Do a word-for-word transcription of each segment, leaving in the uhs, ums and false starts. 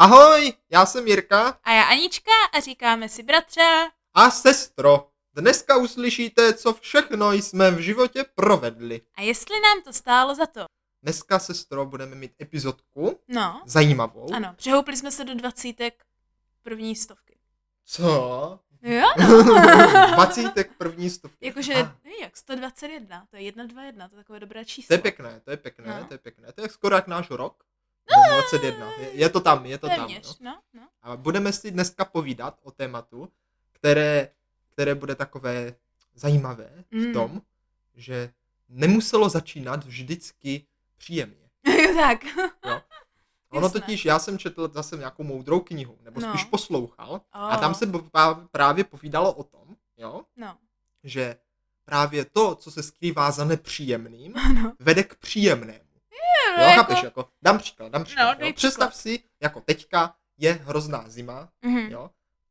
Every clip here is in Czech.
Ahoj, já jsem Jirka. A já Anička a říkáme si bratře. A sestro. Dneska uslyšíte, co všechno jsme v životě provedli. A jestli nám to stálo za to. Dneska, sestro, budeme mít epizodku. No. Zajímavou. Ano, přehoupli jsme se do dvacítek první stovky. Co? Jo, no. Dvacítek první stovky. Jakože, Ah. jak sto dvacet jedna, to je jedna dvacet jedna, to je takové dobré číslo. To je pěkné, to je pěkné, No. to je pěkné. To je skoro jak náš rok. dvacet jedna. Je, je to tam, je to Téměř, tam. no, no. A budeme si dneska povídat o tématu, které, které bude takové zajímavé v Mm. tom, že nemuselo začínat vždycky příjemně. Jo, tak. Jo? Ono Jasné. totiž, já jsem četl zase nějakou moudrou knihu, nebo No. spíš poslouchal, Oh. a tam se b- pá- právě povídalo o tom, jo, No. že právě to, co se skrývá za nepříjemným, Ano. vede k příjemnému. No, Jo, jako- chápeš, jako, dám příklad, dám příklad, No, jo. dej Představ příklad. si, jako teďka je hrozná zima, Mhm. jo,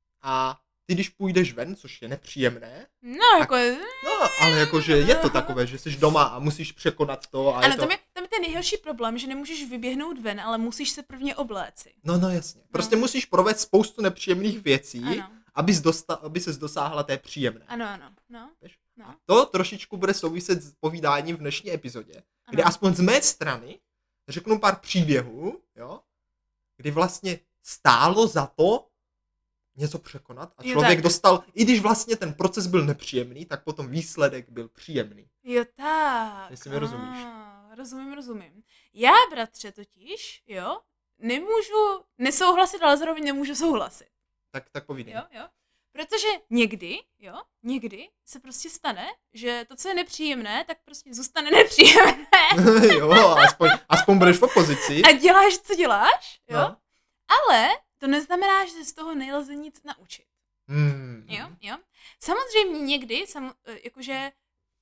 a ty, když půjdeš ven, což je nepříjemné, No, jako... no, ale jakože je to takové, že jsi doma a musíš překonat to a Ano, je to... tam je, tam je ten nejhorší problém, že nemůžeš vyběhnout ven, ale musíš se prvně obléci. No, no, jasně. Prostě No. musíš provést spoustu nepříjemných věcí, Ano, abys, dosta- aby ses dosáhla té příjemné. ano, ano, no, Víš? no. A to trošičku bude souviset s povídáním v dnešní epizodě, kde Ano. aspoň z mé strany řeknu pár příběhů, jo, kdy vlastně stálo za to něco překonat a Jo, člověk tak. dostal, i když vlastně ten proces byl nepříjemný, tak potom výsledek byl příjemný. Jo, tak. Jestli mi rozumíš. A, rozumím, rozumím. Já, bratře, totiž, jo, nemůžu nesouhlasit, ale zároveň nemůžu souhlasit. Tak, tak povídej. Jo, jo. Protože někdy, jo, někdy se prostě stane, že to, co je nepříjemné, tak prostě zůstane nepříjemné. jo, aspoň, aspoň budeš v opozici. A děláš, co děláš, jo. No. Ale to neznamená, že se z toho nelze nic naučit. Hmm. Jo, jo. Samozřejmě někdy, sam, jakože,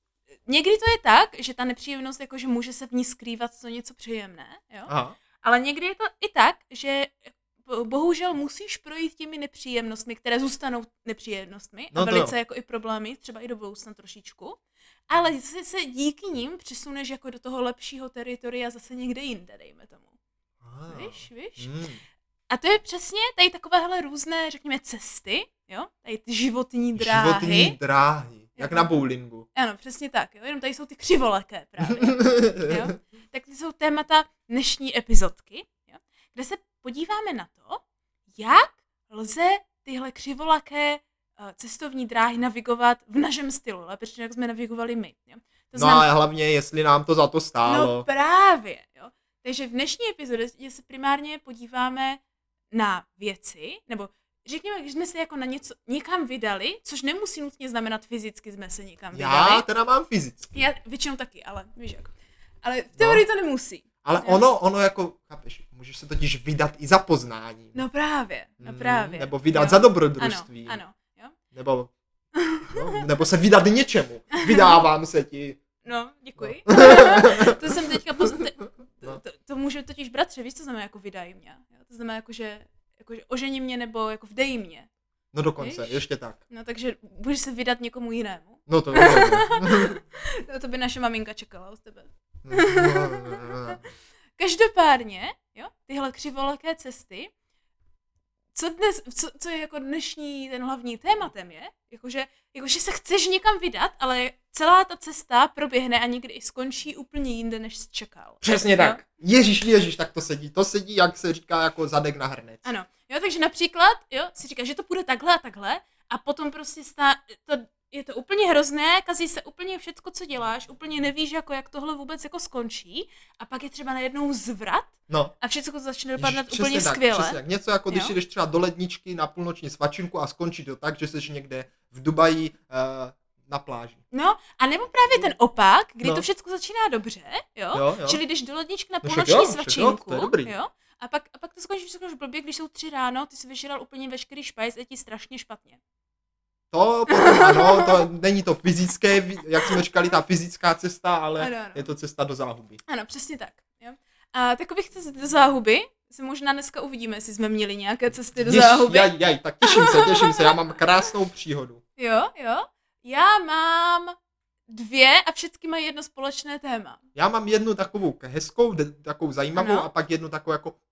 někdy to je tak, že ta nepříjemnost, jakože může se v ní skrývat co něco příjemné, jo. Aha. Ale někdy je to i tak, že bo- bohužel musíš projít těmi nepříjemnostmi, které zůstanou nepříjemnostmi No a to velice jo. jako i problémy, třeba i do budoucna trošičku. Ale zase se díky nim přesuneš jako do toho lepšího teritoria zase někde jinde, dejme tomu. Ah. Víš, víš? Hmm. A to je přesně tady takovéhle různé, řekněme, cesty, jo? Tady ty životní dráhy. Životní dráhy. Jak Jako- na bowlingu. Ano, přesně tak, jo? Jenom tady jsou ty křivoleké právě. Jo? Tak to jsou témata dnešní epizodky, jo? Kde se podíváme na to, jak lze tyhle křivolaké uh, cestovní dráhy navigovat v našem stylu, lépe řečeno, jak jsme navigovali my. Jo? To No a hlavně, jestli nám to za to stálo. No právě, jo. Takže v dnešní epizodě se primárně podíváme na věci, nebo řekněme, když jsme se jako na něco někam vydali, což nemusí nutně znamenat fyzicky jsme se někam vydali. Já teda mám fyzicky. Já většinou taky, ale víš jak. Ale v teorii to nemusí. Ale Jo. ono, ono jako, chápeš, můžeš se totiž vydat i za poznáním. No právě, no Mm, právě. Nebo vydat jo. za dobrodružství. Ano, ano, jo. Nebo, no, nebo se vydat něčemu. Vydávám se ti. No, děkuji. to jsem teďka poz... te... No. to, to může totiž bratře, víš, co znamená jako vydaj mě. Jo? To znamená jako, že, jako, že oženi mě nebo jako vdej mě. No dokonce, Víš? ještě tak. No takže budeš se vydat někomu jinému. No to je. To, to by naše maminka čekala od tebe. Každopádně, jo, tyhle křivoleké cesty, co dnes, co, co je jako dnešní ten hlavní tématem je, jakože, jakože se chceš někam vydat, ale celá ta cesta proběhne a někdy i skončí úplně jinde, než jsi čekal. Přesně Jo? tak. Ježíš, ježíš, tak to sedí. To sedí, jak se říká, jako zadek na hrnec. Ano, jo, takže například, jo, si říkáš, že to půjde takhle a takhle a potom prostě stá, to, je to úplně hrozné, kazí se úplně všecko, co děláš, úplně nevíš, jako, jak tohle vůbec jako skončí a pak je třeba najednou zvrat No. a všechno to začne Ježiš, dopadat přesně úplně tak, skvěle. přesně tak. Něco jako když Jo? jdeš třeba do ledničky na půlnoční svačinku a skončí to tak, že jsi někde v Dubaji uh, na pláži. No, a nebo právě ten opak, kdy No. to všechno začíná dobře, jo? Jo, jo. Čili jdeš do ledničky na No však půlnoční jo, však jo, svačinku, to je dobrý. jo? A pak, a pak to skončí všechno blbě, když jsou tři ráno, ty jsi vyžral úplně veškerý špajs, je ti strašně špatně. To potom ano, to není to fyzické, jak jsme říkali, ta fyzická cesta, ale Ano, ano. je to cesta do záhuby. Ano, přesně tak. Jo? A takových cest do záhuby se možná dneska uvidíme, jestli jsme měli nějaké cesty do Jež, záhuby. jaj, jaj, tak těším se, těším se, já mám krásnou příhodu. Jo, jo. Já mám dvě a všechny mají jedno společné téma. Já mám jednu takovou hezkou, de- takovou zajímavou Ano. a pak jednu takovou jako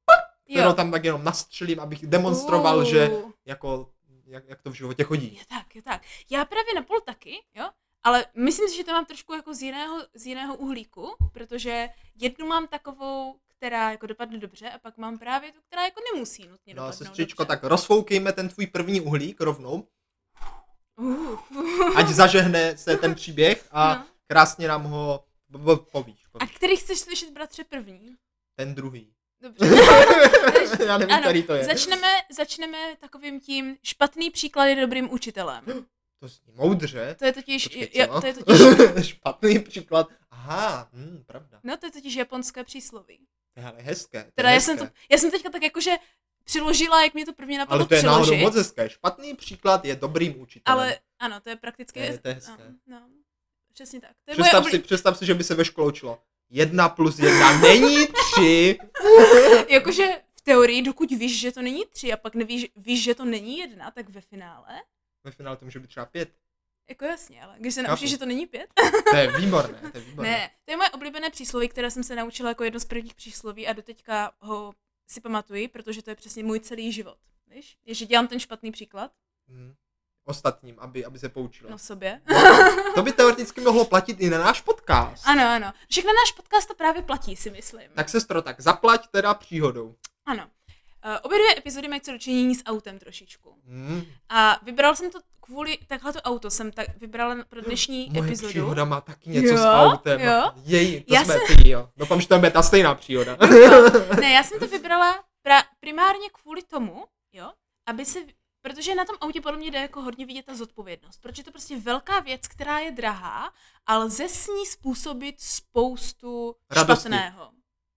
kterou tam tak jenom nastřelím, abych demonstroval, Uh. že jako, jak, jak to v životě chodí. Je tak, je tak. Já právě na pol taky, jo, ale myslím si, že to mám trošku jako z jiného, z jiného uhlíku, protože jednu mám takovou, která jako dopadne dobře a pak mám právě tu, která jako nemusí nutně No dopadnout sestřičko, dobře. tak rozfoukejme ten tvůj první uhlík rovnou, Uh. ať zažehne se ten příběh a No. krásně nám ho b- b- povíš. A povíš. který chceš slyšet, bratře, první? Ten druhý. Dobře. Já nevím, Ano, který to je. Začneme, začneme takovým tím špatný příklad je dobrým učitelem. To zní moudře. To je totiž, Počkej, je, co? to je totiž, Špatný příklad. Aha, hm, pravda. no to je totiž japonské přísloví. To je ale hezké. To Teda je já hezké. jsem to, já jsem teďka tak jakože přiložila, jak mě to prvně napadlo Ale to je náhodou přiložit. moc hezké. Špatný příklad je dobrým učitelem. Ale ano, to je prakticky... To je- to je hezké. No, no, přesně tak. To je moje Představ obli... si, představ si, že by se ve škole učilo. Jedna plus jedna není tři. Jakože v teorii, dokud víš, že to není tři a pak nevíš, víš, že to není jedna, tak ve finále, Ve finále to může být třeba pět. jako jasně, ale když se Chápu. naučíš, že to není pět. To je výborné, to je výborné. Ne, to je moje oblíbené přísloví, které jsem se naučila jako jedno z prvních přísloví a doteďka ho si pamatuji, protože to je přesně můj celý život. Víš? Je, že dělám ten špatný příklad Hmm. Ostatním, aby, aby se poučila. no v sobě. To by teoreticky mohlo platit i na náš podcast. Ano, ano. Všechno náš podcast to právě platí, si myslím. Tak sestro, tak zaplať teda příhodou. Ano. Uh, obě dvě epizody mají co dočinění s autem trošičku. Hmm. A vybral jsem to kvůli, takhle to auto jsem tak vybrala pro dnešní Moje epizodu. příhoda má taky něco Jo, s autem. jo. Jej, to Já jsme jsem- ty, jo. Doufám, že to bude ta stejná příhoda. Ne, já jsem to vybrala pra, primárně kvůli tomu, jo, aby se, protože na tom autě podle mě jde jako hodně vidět ta zodpovědnost, protože je to prostě velká věc, která je drahá a lze s ní způsobit spoustu Radosti. špatného.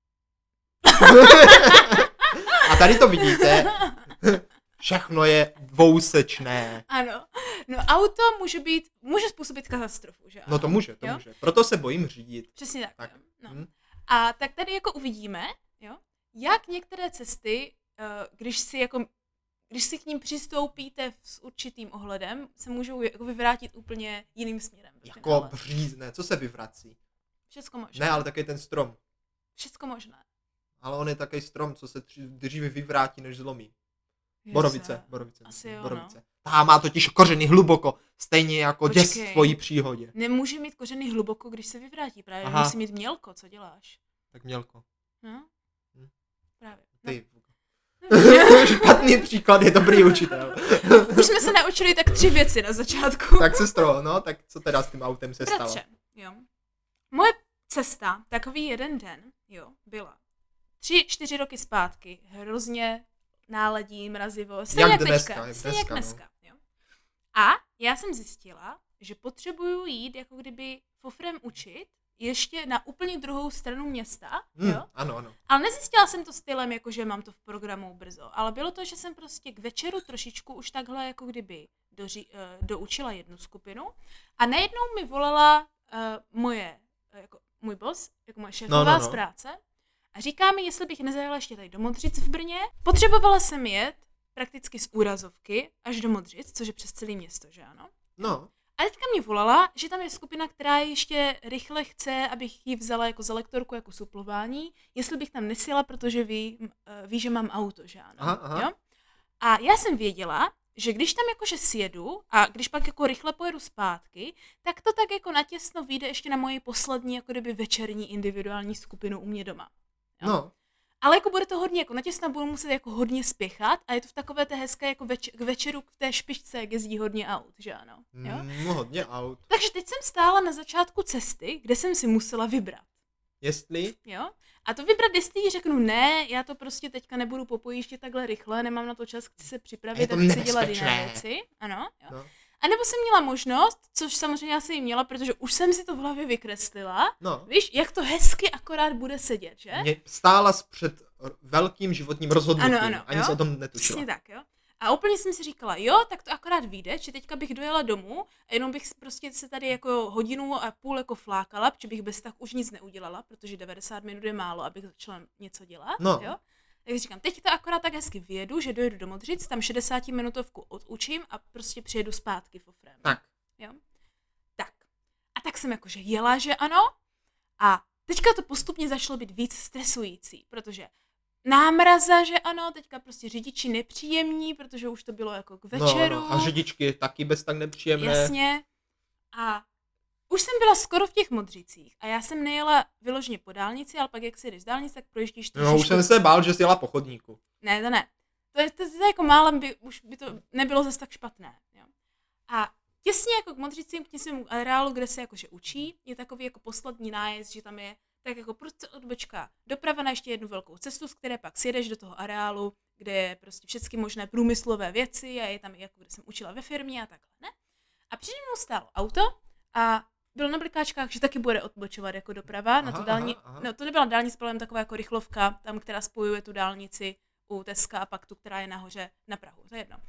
A tady to vidíte. Všechno je dvousečné. Ano. No auto může být, může způsobit katastrofu, že ano? No to může, to Jo? může. Proto se bojím řídit. Přesně tak. Tak. Jo? No. Hm? A tak tady jako uvidíme, jo, jak některé cesty, eh, když si jako když si k ním přistoupíte s určitým ohledem, se můžou jako vyvrátit úplně jiným směrem. ve Jako finále. břízne. Co se vyvrací? Všecko možné. Ne, ale taky ten strom. Všecko možné. Ale on je takový strom, co se tři- dříve vyvrátí, než zlomí. Jeze. Borovice, borovice. Asi jo, borovice. Ta má totiž kořeny hluboko, stejně jako děs v Počkej. tvojí příhodě. Nemůže mít kořeny hluboko, když se vyvrátí. Právě Aha. musí mít mělko, co děláš? Tak mělko. No? Hm. Právě. No. Ty. Špatný příklad je dobrý učitel. Už jsme se naučili tak tři věci na začátku. Tak sestro, no, tak co teda s tím autem se stalo? Bratře, jo. Moje cesta, takový jeden den, jo, byla tři, čtyři roky zpátky, hrozně náladí, mrazivo, stejně Jak jak dneska, teďka, jak stejně dneska, jak no. dneska, jo. A já jsem zjistila, že potřebuju jít jako kdyby fofrem učit ještě na úplně druhou stranu města, Hm, jo. ano, ano. Ale nezjistila jsem to stylem, jako že mám to v programu brzo, ale bylo to, že jsem prostě k večeru trošičku už takhle jako kdyby doři, uh, doučila jednu skupinu a najednou mi volala uh, moje, uh, jako můj boss, jako moje šéfová No, no, no. z práce a říká mi, jestli bych nezajela ještě tady do Modřic v Brně. Potřebovala jsem jet prakticky z Úrazovky až do Modřic, což je přes celé město, že ano? No, A teďka mě volala, že tam je skupina, která ještě rychle chce, abych ji vzala jako za lektorku, jako suplování, jestli bych tam nesjela, protože ví, m, eh, ví, že mám auto, že ano. Aha, aha. Jo? A já jsem věděla, že když tam jakože sjedu a když pak jako rychle pojedu zpátky, tak to tak jako natěsno vyjde ještě na moji poslední jako kdyby večerní individuální skupinu u mě doma. Jo? no. Ale jako bude to hodně jako natěsno, budu muset jako hodně spěchat a je to v takové té hezké jako več- k večeru v té špičce, jak jezdí hodně aut, že ano. Jo? Mm, hodně aut. Takže teď jsem stála na začátku cesty, kde jsem si musela vybrat, Jestli? jo? A to vybrat, jestli jí řeknu ne, já to prostě teďka nebudu popojíždět takhle rychle, nemám na to čas, chci se Je připravit to a chci dělat jiné nebezpečné. věci, ano, jo? No. A nebo jsem měla možnost, což samozřejmě já jsem ji měla, protože už jsem si to v hlavě vykreslila, No. víš, jak to hezky akorát bude sedět, že? Mě stála před r- velkým životním rozhodnutím. Ano, ano, Ani jo. se o tom netušila. Přesně tak, jo. A úplně jsem si říkala, jo, tak to akorát vyjde, že teďka bych dojela domů a jenom bych prostě se tady jako hodinu a půl jako flákala, protože bych bez tak už nic neudělala, protože devadesát minut je málo, abych začala něco dělat, No. jo. Tak říkám, teď to akorát tak hezky vyjedu, že dojedu do Modřic, tam šedesátiminutovku odučím a prostě přijedu zpátky fofrem. Tak. Jo. Tak. A tak jsem jakože jela, že ano. A teďka to postupně začalo být víc stresující, protože námraza, že ano, teďka prostě řidiči nepříjemní, protože už to bylo jako k večeru. No, no. A řidičky taky bez tak nepříjemné. Jasně. A už jsem byla skoro v těch Modřicích a já jsem nejela vyloženě po dálnici, ale pak jak si jdeš z dálnice, tak projíždíš trošičku. No, už jsem se bál, že jsi jela po chodníku. Ne, to ne. To je, to, to je jako málem, by, už by to nebylo zase tak špatné. Jo. A těsně jako k Modřicím, k těsnému areálu, kde se jakože učí, je takový jako poslední nájezd, že tam je tak jako prostě odbočka doprava na ještě jednu velkou cestu, z které pak sjedeš do toho areálu, kde je prostě všechny možné průmyslové věci a je tam jako, kde jsem učila ve firmě a takhle, ne? A před mnou stálo auto a bylo na blikáčkách, že taky bude odbočovat jako doprava aha, na tu dálnici. No to nebyla dálnice, byla jen taková jako rychlovka, tam, která spojuje tu dálnici u Teska a pak tu, která je nahoře na Prahu, to je jedno.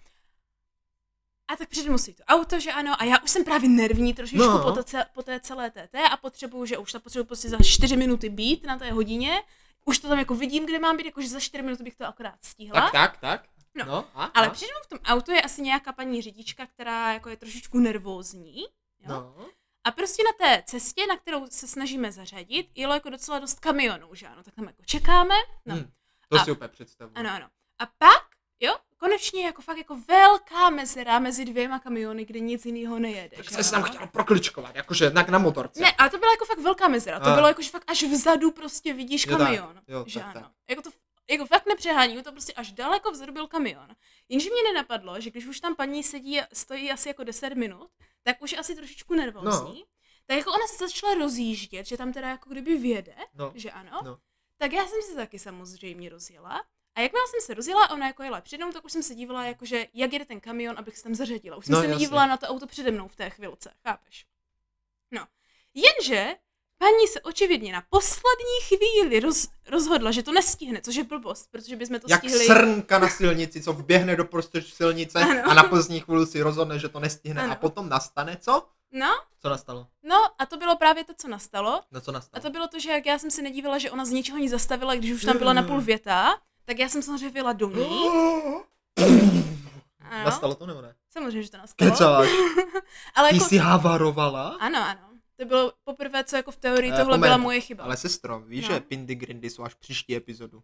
A tak přede musí to auto, že ano, a já už jsem právě nervní trošičku no. po, to, po té celé té té a potřebuju, že už ta potřebuji prostě za čtyři minuty být na té hodině, už to tam jako vidím, kde mám být, jakože za čtyři minuty bych to akorát stihla. Tak, tak, tak. No, no a, ale a. přede mnou v tom autu je asi nějaká paní řidička, která jako je trošičku nervózní, jo? No. A prostě na té cestě, na kterou se snažíme zařadit, jelo jako docela dost kamionů, že ano, tak tam jako čekáme. No. Hmm, to a, si úplně představuji. Ano, ano. A pak, jo, konečně jako fakt jako velká mezera mezi dvěma kamiony, kde nic jiného nejede. Tak jsi se tam chtěla prokličkovat, jakože na, na motorce. Ne, ale to byla jako fakt velká mezera. To a. bylo jako, že fakt až vzadu prostě vidíš jo, kamion. Tak, jo, že tak, ano. Tak. Jako to jako fakt nepřehání, to prostě až daleko vzadu byl kamion. Jenže mě nenapadlo, že když už tam paní sedí, stojí asi jako deset minut, tak už je asi trošičku nervózní. No. Tak jako ona se začala rozjíždět, že tam teda jako kdyby vjede, no. že ano. No. Tak já jsem se taky samozřejmě rozjela. A jakmile jsem se rozjela, ona jako jela přede mnou, tak už jsem se dívala, jakože jak jede ten kamion, abych se tam zařadila. Už jsem no, se nedívala na to auto přede mnou v té chvilce, chápeš? No, jenže paní se očividně na poslední chvíli roz, rozhodla, že to nestihne, což je blbost, protože bychom to jak stihli. Jak srnka na silnici, co vběhne do prostřed silnice ano. a na pozdní chvíli si rozhodne, že to nestihne ano. a potom nastane co? No. Co nastalo? No a to bylo právě to, co nastalo. No co nastalo? A to bylo to, že jak já jsem se nedívala, že ona z ničeho nic zastavila, když už tam byla na půl věta, tak já jsem samozřejmě vyjela do ní. Nastalo to nebo ne? Samozřejmě, že to nastalo. Kecáš. Ale Ty jako... jsi havarovala? Ano, ano. To bylo poprvé, co jako v teorii tohle byla moje chyba. Ale sestro, víš, no. že Pindy Grindy jsou až příští epizodu.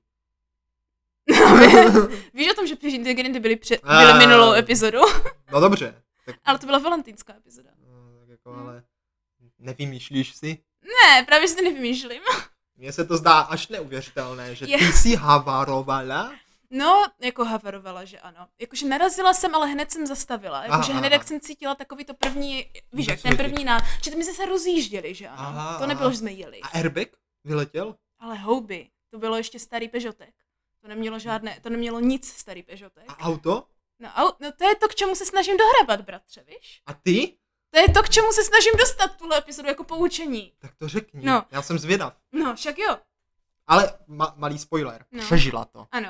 Víš o tom, že Pindy Grindy byly, před, byly minulou epizodu? No dobře. Tak... Ale to byla valentýnská epizoda. No, tak jako, ale nevymýšlíš si? Ne, právě si to nevymýšlím. Mně se to zdá až neuvěřitelné, že je. ty jsi havarovala. No, jako havarovala, že ano. Jakože narazila jsem, ale hned jsem zastavila. Jakože hned, jak jsem cítila takový to první, víš, jak ten první ná... Že my jsme se rozjížděli, že ano. Aha, to nebylo, že jsme jeli. A airbag vyletěl? Ale houby. To bylo ještě starý Peugeotek. To nemělo žádné, to nemělo nic starý Peugeotek. A auto? No, au, no to je to, k čemu se snažím dohrabat, bratře, víš? A ty? To je to, k čemu se snažím dostat tuhle epizodu jako poučení. Tak to řekni, no. Já jsem zvědav. No, však jo. Ale ma- malý spoiler, no. Přežila to. Ano.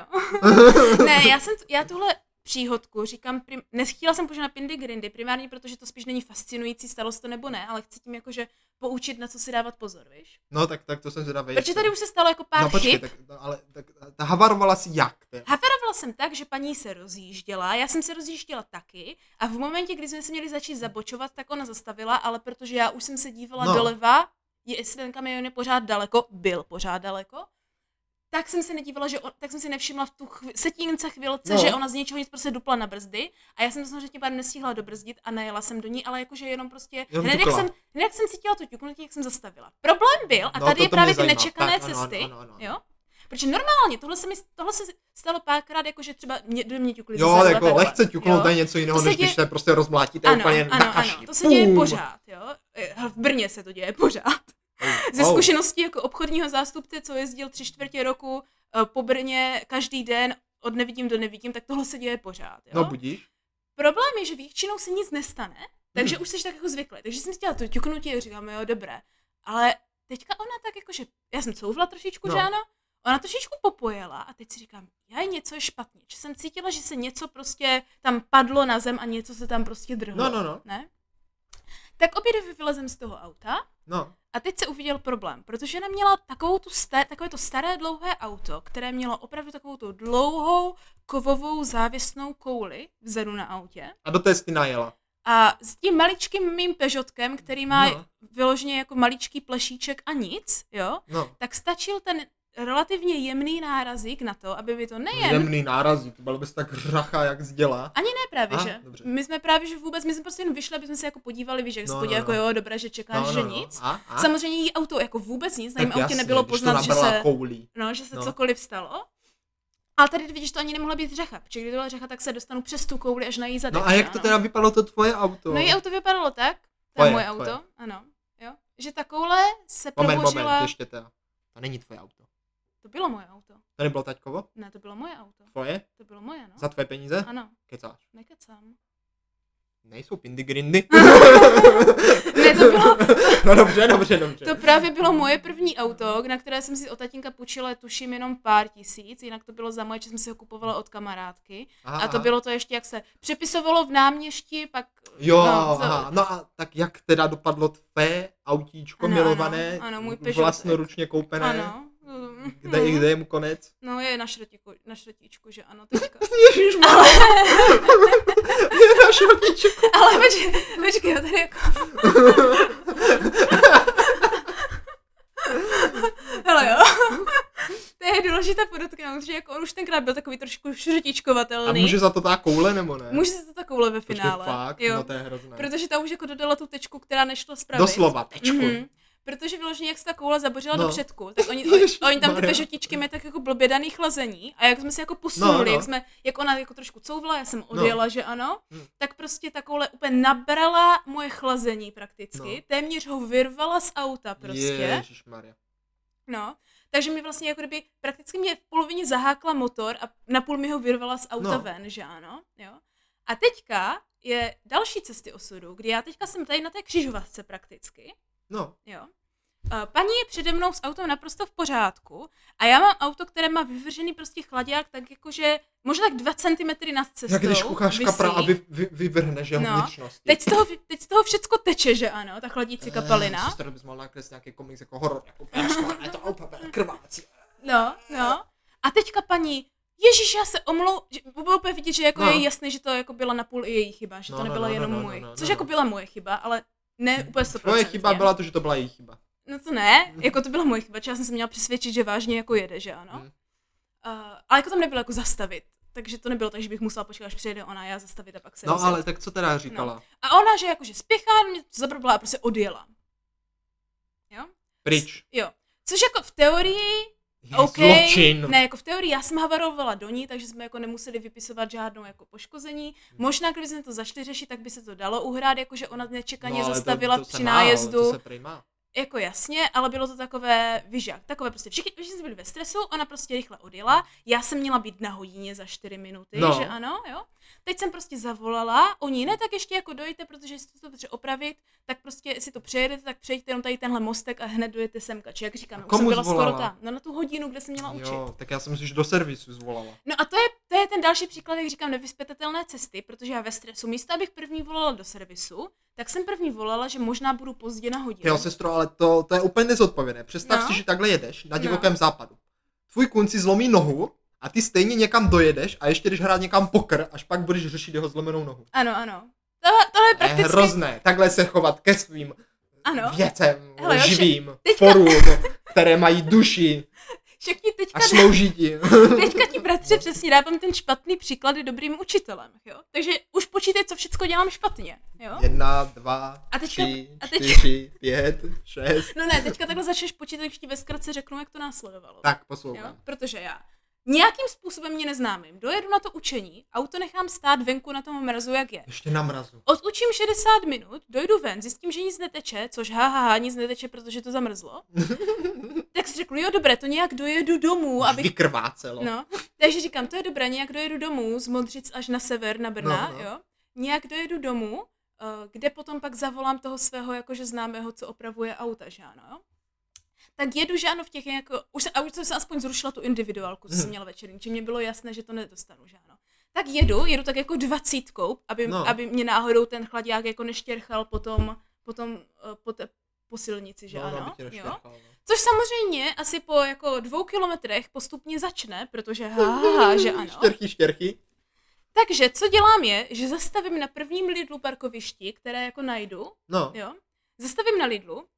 Ne, já jsem, t- já tuhle příhodku říkám, prim- nechtěla jsem požádat Pindy Grindy, primárně protože to spíš není fascinující, stalo se to nebo ne, ale chci tím jakože poučit, na co si dávat pozor, víš? No tak, tak to jsem zvědavý. Protože tady už se stalo jako pár no, počkej, chyb. Tak, no, ale tak, ta havarovala si jak? Te? Havarovala jsem tak, že paní se rozjížděla, já jsem se rozjížděla taky a v momentě, kdy jsme se měli začít zabočovat, tak ona zastavila, ale protože já už jsem se dívala no. doleva, jestli ten kamion je pořád daleko, byl pořád daleko, tak jsem se nedívala, že on, tak jsem si nevšimla v tu chvi- setínce chvilce, no. že ona z něčeho nic prostě dupla na brzdy a já jsem to samozřejmě tím pádem nestihla dobrzdit a najela jsem do ní, ale jakože jenom prostě, hned jak, jsem, hned jak jsem cítila to ťuknutí, jak jsem zastavila. Problém byl, a no, tady to, je právě ty zajímá. nečekané tak, cesty, ano, ano, ano. jo? Protože normálně, tohle se mi tohle se stalo párkrát, jakože třeba mě, do mě ťukli jo, zezadu, jako takhle. Lehce ťuknout, to je něco jiného, než děje... když se prostě rozmlátíte ano, úplně ano, na kaši. Ano, to se děje pořád, jo? V Brně se to děje pořád. Ze oh. zkušeností jako obchodního zástupce, co jezdil tři čtvrtě roku po Brně každý den od nevidím do nevidím, tak tohle se děje pořád, jo? No budíš. Problém je, že většinou se nic nestane, takže hmm. už jsi tak jako zvyklý. Takže jsem chtěla to ťuknutí a říkám, jo, dobré. Ale teďka ona tak jako, že já jsem couvla trošičku, no. že ano? Ona trošičku popojela a teď si říkám, já něco je špatně. Že jsem cítila, že se něco prostě tam padlo na zem a něco se tam prostě drhlo. No, no, no. Ne? Tak obě dvě vylezem z toho auta. No. A teď se uviděl problém, protože ona měla takovou tu star, takové to staré dlouhé auto, které mělo opravdu takovou tu dlouhou kovovou závěsnou kouli vzadu na autě. A do té jsi najela. A s tím maličkým mým Peugeotkem, který má no. vyloženě jako maličký plešíček a nic, jo, no. tak stačil ten relativně jemný nárazík na to, aby mi to nejen... Jemný nárazík, to byl bys tak řacha, jak zděla. Ani ne právě, A, že? dobře. My jsme právě, že vůbec, my jsme prostě jen vyšli, aby jsme se jako podívali, víš, jak No, se podívali, no, jako no. jo, dobré, že čekáš, No, že no, no. nic. A, a? Samozřejmě jí auto jako vůbec nic, na jím Tak autě jasně, nebylo když to poznat, že nabrala se, koulí. no, že se No. cokoliv stalo. Ale tady vidíš, to ani nemohla být řecha, protože kdyby to byla řecha, tak se dostanu přes tu kouli až na její zadek. No a jak že to ano? teda vypadalo to tvoje auto? No její auto vypadalo tak, to Tvoje, je moje tvoje. auto, ano, jo, že ta koule se Moment, probořila... moment, ještě teda. To není tvoje auto. To bylo moje auto. To nebylo taťkovo? Ne, to bylo moje auto. Tvoje? To bylo moje, no. Za tvoje peníze? Ano, Kecáš. nekecám. Nejsou pindy grindy. Ne, to bylo, No dobře, dobře, dobře. to právě bylo moje první auto, na které jsem si od tatínka půjčila tuším jenom pár tisíc, jinak to bylo za moje, že jsem si ho kupovala od kamarádky. Aha, A to aha. bylo to ještě, jak se přepisovalo v náměstí, pak... Jo, no, to- aha. No a tak jak teda dopadlo tvé autíčko Ano, milované, ano, ano, můj Peugeot. vlastnoručně koupené, Ano. kde, no. kde je mu konec? No je na, šrotíku, na šrotíčku, že ano, teďka. Ježišmarja. Je na šrotíčku. Ale počkej, počkej, jo, tady jako... Hele jo. To je důležité podotknout, že jako on už tenkrát byl takový trošku A šrotíčkovatelný. může za to ta koule, nebo ne? Může se to takovou ve Počkej, finále. fakt? Jo. No to je hrozné. Protože ta už jako dodala tu tečku, která nešla spravit. Doslova, tečku. Mhm. Protože vyloženě, jak se ta koule zabořila No. do předku, tak oni, oni, Ježišmarja. oni tam ty pežotičky mají tak jako blbě daný chlazení a jak jsme se jako posunuli, No, no. jak jsme, jak ona jako trošku couvla, já jsem odjela, že ano, Hmm. tak prostě ta koule úplně nabrala moje chlazení prakticky, No. téměř ho vyrvala z auta prostě, Ježišmarja. no. Takže mi vlastně jako kdyby prakticky mě v polovině zahákla motor a napůl mi ho vyrvala z auta No. ven, že ano, jo. A teďka je další cesty osudu, kdy já teďka jsem tady na té křižovatce prakticky, No, jo. Uh, Paní je přede mnou s autem naprosto v pořádku a já mám auto, které má vyvržený prostě chlaďák tak jakože možná tak dva centimetry nad cestou. jak když kucháš visí. kapra a vy, vy, vyvrhneš jeho No. vnitřnosti. Teď z, toho, teď z toho všecko teče, že ano, ta chladící kapalina. Sestro, bys mohla nakreslit nějaký komiks jako horor, jako persko, to auto krvácí. No, no. A teďka paní, ježíš, já se omlou, že bylo úplně vidět, že jako No. je jasné, že to jako byla napůl i její chyba, že No, to no, nebyla no, jenom no, no, můj. no, no, Což no. jako byla moje chyba, ale ne úplně sto procent. Tvoje chyba byla to, že to byla její chyba. No to ne, jako to byla moje chyba, já jsem se měla přesvědčit, že vážně jako jede, že ano. Hmm. Uh, ale jako tam nebylo jako zastavit, takže to nebylo tak, že bych musela počkat, až přijede ona, já zastavit a pak se No rozjet. ale tak co teda říkala? A ona, že jakože spěchá, mě to zabrbla a prostě odjela. Jo? Pryč. Jo. Což jako v teorii, Je OK, zločin. ne, jako v teorii já jsem havarovala do ní, takže jsme jako nemuseli vypisovat žádnou jako poškození. Možná, kdyby jsme to zašli řešit, tak by se to dalo uhrát, jakože ona nečekaně No, ale to- zastavila to se při má, nájezdu. To se prý má. Jako jasně, ale bylo to takové, víš jak, takové prostě všichni, všichni jsme byli ve stresu, ona prostě rychle odjela, já jsem měla být na hodině za čtyři minuty, No. že ano, jo. Teď jsem prostě zavolala, oni ne, tak ještě jako dojďte, protože jestli to potřeba opravit, tak prostě jestli to přejedete, tak přejďte jenom tady tenhle mostek a hned dojete semka, či jak říkám, už komu jsem byla zvolala? skoro tam, no na tu hodinu, kde jsem měla učit. Jo, tak já jsem si, že do servisu zvolala. No a to je, to je ten další příklad, jak říkám, nevyzpětatelné cesty, protože já ve stresu, místo abych první volala do servisu, tak jsem první volala, že možná budu pozdě na hodinu. Jo, sestro, ale to, to je úplně nezodpovědné. Představ No. si, že takhle jedeš na No. divokém západu. Tvůj kůň si zlomí nohu a ty stejně někam dojedeš a ještě jdeš hrát někam pokr, až pak budeš řešit jeho zlomenou nohu. Ano, ano. Tohle, tohle je To je prakticky... hrozné, takhle se chovat ke svým Ano. věcem, Hele, jo, živým, teďka- forům, které mají duši Však ti teďka, a slouží ti. teďka ti bratře přesně dávám ten špatný příklad je dobrým učitelem, jo. Takže už počítej, co všecko dělám špatně, jo. Jedna, dva, A teďka- tři, a teďka- čtyři, pět, šest. No ne, teďka takhle začneš počítat, když ti ve zkratce řeknu, jak to následovalo. Tak, Jo? poslouchám. Protože já nějakým způsobem mě neznámým dojedu na to učení, auto nechám stát venku na tom mrazu, jak je. Ještě na mrazu. Odučím šedesát minut, dojdu ven, zjistím, že nic neteče, což ha, ha, ha nic neteče, protože to zamrzlo. Tak si řeknu, jo dobré, to nějak dojedu domů, Už abych... vykrvácelo. No, takže říkám, to je dobré, nějak dojedu domů z Modřic až na sever, na Brna, No, no. jo. Nějak dojedu domů, eh, kde potom pak zavolám toho svého jakože známého, co opravuje auta, že ano, jo. Tak jedu, že ano, v těch jako, už jsem, a už jsem se aspoň zrušila tu individuálku, co jsem Hmm. měla večerní, či mě bylo jasné, že to nedostanu, že ano. Tak jedu, jedu tak jako dvacítkou, aby, No. aby mě náhodou ten chladák jako neštěrchal potom, potom uh, po, té, po silnici, že No, no, ano, aby tě jo. neštěrchal, no. Což samozřejmě asi po jako dvou kilometrech postupně začne, protože ha, ha, ha, že ano. Štěrchy, štěrchy. Takže co dělám je, že zastavím na prvním Lidlu parkovišti, které jako najdu, No. jo. Zastavím na Lidlu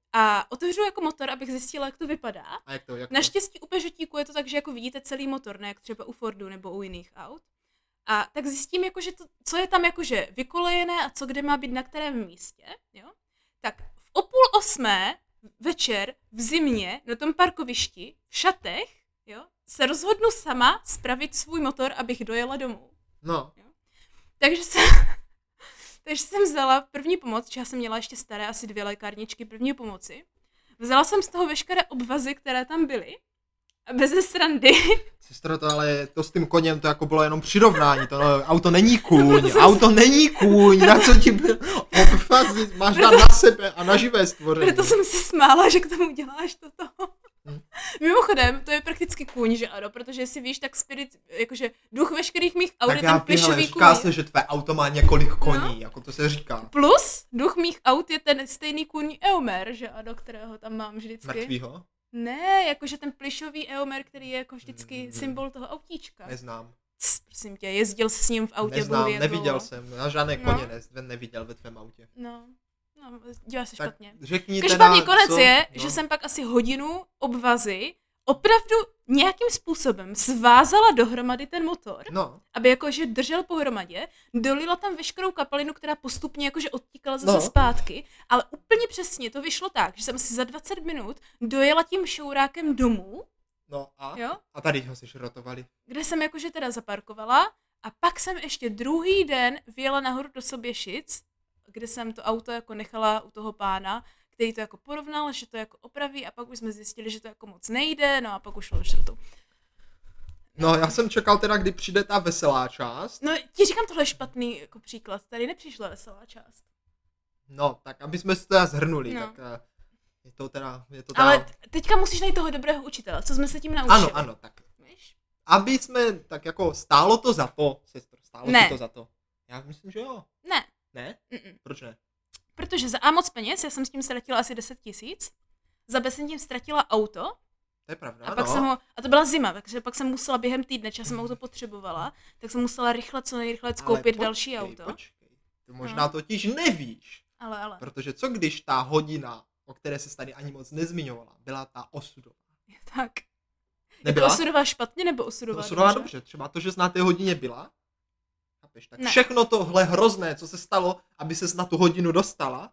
A otevřu jako motor, abych zjistila, jak to vypadá. A jak to, jak to? Naštěstí u Peugeotíku je to tak, že jako vidíte celý motor, ne jak třeba u Fordu nebo u jiných aut. A tak zjistím, jako, že to, co je tam jakože vykolejené a co kde má být na kterém místě. Jo? Tak v o půl osmé večer v zimě na tom parkovišti v šatech, jo, se rozhodnu sama spravit svůj motor, abych dojela domů. No. Jo? Takže jsem, takže jsem vzala první pomoc, že já jsem měla ještě staré asi dvě lékárničky první pomoci. Vzala jsem z toho veškeré obvazy, které tam byly. A bez srandy. Sestro, to ale to s tím koněm to jako bylo jenom přirovnání, to no, auto není kůň, auto jsem... není kůň, na co ti byl obvazy, máš dát na sebe a na živé stvoření. Proto jsem se smála, že k tomu děláš toto. Hmm. Mimochodem, to je prakticky kůň, že ano, protože si víš, tak spirit, jakože duch veškerých mých aut je ten plišový kůň. Říká se, že tvé auto má několik koní, no? Jako to se říká. Plus, duch mých aut je ten stejný kůň Eomer, že ano, kterého tam mám vždycky. Mrtvýho? Ne, jakože ten plišový Eomer, který je jako vždycky hmm. symbol toho autíčka. Neznám. Cs, prosím tě, jezdil jsi s ním v autě. Neznám, neviděl jsem, já žádné no. koně ne, neviděl ve tvém autě. No. No, děláš se tak špatně. Každopádně konec co? je, no. že jsem pak asi hodinu obvazy opravdu nějakým způsobem svázala dohromady ten motor, no. aby jakože držel pohromadě, dolila tam veškerou kapalinu, která postupně jakože odtíkala zase no. zpátky, ale úplně přesně to vyšlo tak, že jsem si za dvacet minut dojela tím šourákem domů. No a? Jo? A tady ho si šrotovali. Kde jsem jakože teda zaparkovala a pak jsem ještě druhý den vyjela nahoru do Soběšic, kde jsem to auto jako nechala u toho pána, který to jako porovnal, že to jako opraví a pak už jsme zjistili, že to jako moc nejde, no a pak už šlo do šrotu. No já jsem čekal teda, kdy přijde ta veselá část. No ti říkám, tohle je špatný jako příklad, tady nepřišla veselá část. No, tak aby jsme si to teda zhrnuli, no. tak je to teda, je to teda... Ale teďka musíš najít toho dobrého učitele, co jsme se tím naučili. Ano, ano, tak. Víš? Aby jsme, tak jako stálo to za to, sestro, stálo ne. to za to. Já myslím, že jo. Ne. Ne? Mm-mm. Proč ne? Protože za A moc peněz, já jsem s tím ztratila asi deset tisíc, za B jsem tím ztratila auto. To je pravda, a pak no. jsem ho, a to byla zima, takže pak jsem musela během týdne, já jsem auto potřebovala, tak jsem musela rychle, co nejrychleji koupit počkej, další auto. Počkej, ty možná no. totiž nevíš. Ale, ale. Protože co když ta hodina, o které se tady ani moc nezmiňovala, byla ta osudová. Tak. Nebyla? Jako osudová špatně nebo osudová, osudová dobře? dobře, třeba to, že jsi na té hodině byla. Chápeš? Tak ne. všechno tohle hrozné, co se stalo, aby ses na tu hodinu dostala,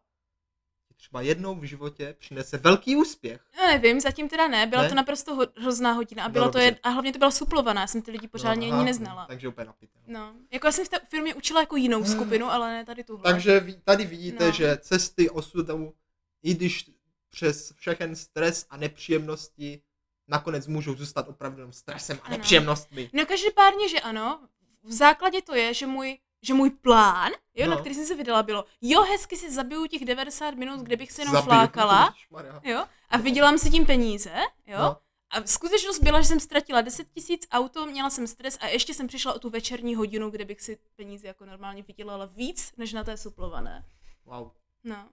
třeba jednou v životě přinese velký úspěch. No nevím, zatím teda ne, byla ne? to naprosto ho- hrozná hodina a, byla no, to je, a hlavně to byla suplovaná, já jsem ty lidi pořádně no, ani neznala. Takže úplně napité. No, jako já jsem v té firmě učila jako jinou skupinu, ale ne tady tuhle. Takže tady vidíte, no. že cesty osudu, i když přes všechen stres a nepříjemnosti, nakonec můžou zůstat opravdu jenom stresem a ano. nepříjemnostmi. No každopádně, že ano, v základě to je, že můj že můj plán, jo, no. na který jsem se vydala, bylo, jo, hezky si zabiju těch devadesát minut, kde bych se jenom zabiju, flákala, jo, a vydělám si tím peníze, jo, no. A skutečnost byla, že jsem ztratila deset tisíc auto, měla jsem stres a ještě jsem přišla o tu večerní hodinu, kde bych si peníze jako normálně vydělala víc, než na té suplované. Wow. No,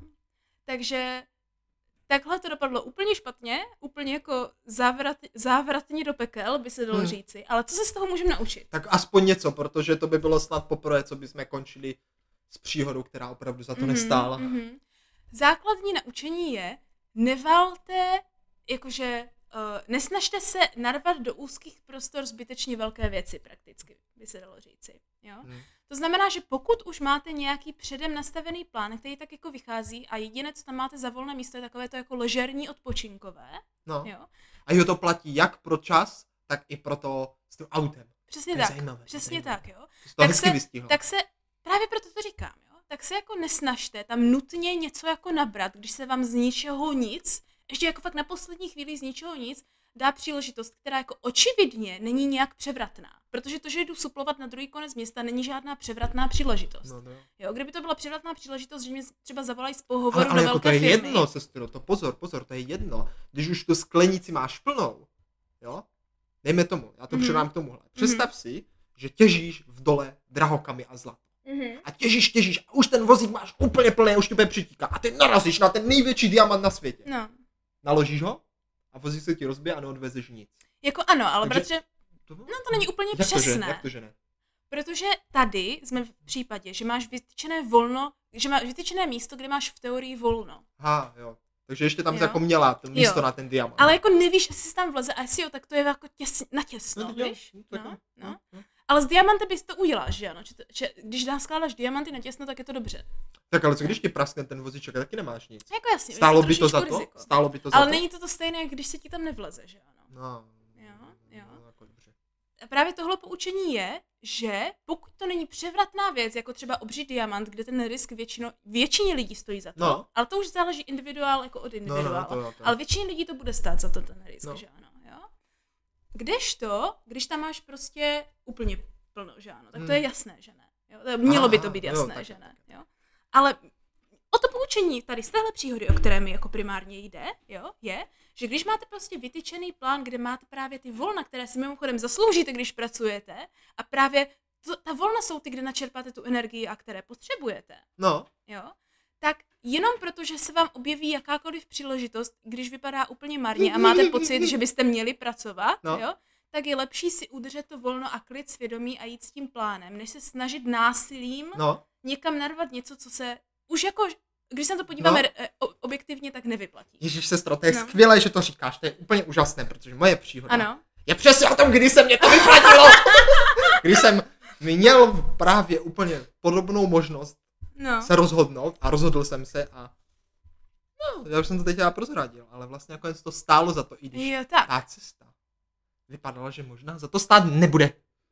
takže takhle to dopadlo úplně špatně, úplně jako závrat, závratně do pekel, by se dalo hmm. říci, ale co se z toho můžeme naučit? Tak aspoň něco, protože to by bylo snad poprvé, co bychom končili s příhodou, která opravdu za to mm-hmm, nestála. Mm-hmm. Základní naučení je, nevalte, jakože, uh, nesnažte se narvat do úzkých prostor zbytečně velké věci prakticky, by se dalo říci, jo? Hmm. To znamená, že pokud už máte nějaký předem nastavený plán, který tak jako vychází a jediné, co tam máte za volné místo, je takové to jako ležerní odpočinkové. No. Jo? A jo, to platí jak pro čas, tak i pro to s tím autem. Přesně tak, zajímavé, přesně tak, jo. To tak se, tak se, právě proto to říkám, jo, tak se jako nesnažte tam nutně něco jako nabrat, když se vám z ničeho nic, ještě jako fakt na poslední chvíli z ničeho nic, dá příležitost, která jako očividně není nějak převratná. Protože to, že jdu suplovat na druhý konec města, není žádná převratná příležitost. No, no. Jo, kdyby to byla převratná příležitost, že mě třeba zavolají z pohovoru ale, ale do jako velké to je firmy. jedno, sestro, to pozor, pozor, to je jedno. Když už tu sklenici máš plnou, jo, dejme tomu, já to mm-hmm. předám k tomuhle. Představ mm-hmm. si, že těžíš v dole drahokamy a zlato. Mm-hmm. A těžíš, těžíš a už ten vozík máš úplně plný, už tebe přitíká. A ty narazíš na ten největší diamant na světě. No. Naložíš ho a vozík se ti rozbije a neodvezeš nic. Jako ano, ale Takže... protože... To... No to není úplně jak přesné. To, že? Jak to, že ne? Protože tady jsme v případě, že máš vytyčené volno, že máš vytyčené místo, kde máš v teorii volno. Ha, jo. Takže ještě tam Jo. jako měla to místo Jo. na ten diamant. Ale jako nevíš, jestli jsi tam vleze a jestli jo, tak to je jako těs, natěsno, No, jo, víš? tak No, jo, no. no. Ale z diamanty bys to uděláš, že ano? Že, to, že když dá skládáš diamanty na těsno, tak je to dobře. Tak ale co když ti praskne ten vozíček, taky nemáš nic. Jako jasně, Stálo je to by to za trošičku to? riziko. Stálo by to za Ale to? není to to stejné, jak když se ti tam nevleze, že ano? No, Jo, jo. no, jako dobře. A právě tohle poučení je, že pokud to není převratná věc, jako třeba obří diamant, kde ten risk většino, většině lidí stojí za to, No. ale to už záleží individuál jako od No, individuála, no, to, jo, to. ale většině lidí to bude stát za to ten risk, No. že ano, jo? Kdežto, když tam máš prostě úplně plno, že ano, tak to je Hmm. jasné, že ne. Jo? To- Mělo by Aha, to být jo, jasné, tak, že tak, ne. Jo? Ale o to poučení tady z téhle příhody, o které mi jako primárně jde, jo, je, že když máte prostě vytyčený plán, kde máte právě ty volna, které si mimochodem zasloužíte, když pracujete, a právě to, ta volna jsou ty, kde načerpáte tu energii a které potřebujete, No, jo, tak jenom proto, že se vám objeví jakákoliv příležitost, když vypadá úplně marně a máte pocit, že byste měli pracovat, No. jo, tak je lepší si udržet to volno a klid svědomí a jít s tím plánem, než se snažit násilím no. někam narvat něco, co se už jako, když se na to podíváme No. no. o, objektivně, tak nevyplatí. Ježíš sestro, to je No. skvělé, že to říkáš, to je úplně úžasné, protože moje příhoda Ano. je přesně o tom, kdy se mě to vyplatilo. Když jsem měl právě úplně podobnou možnost No. se rozhodnout a rozhodl jsem se a no, já už jsem to teď já prozradil, ale vlastně nakonec to stálo za to, i když Jo, tak. ta cesta vypadala, že možná za to stát nebude.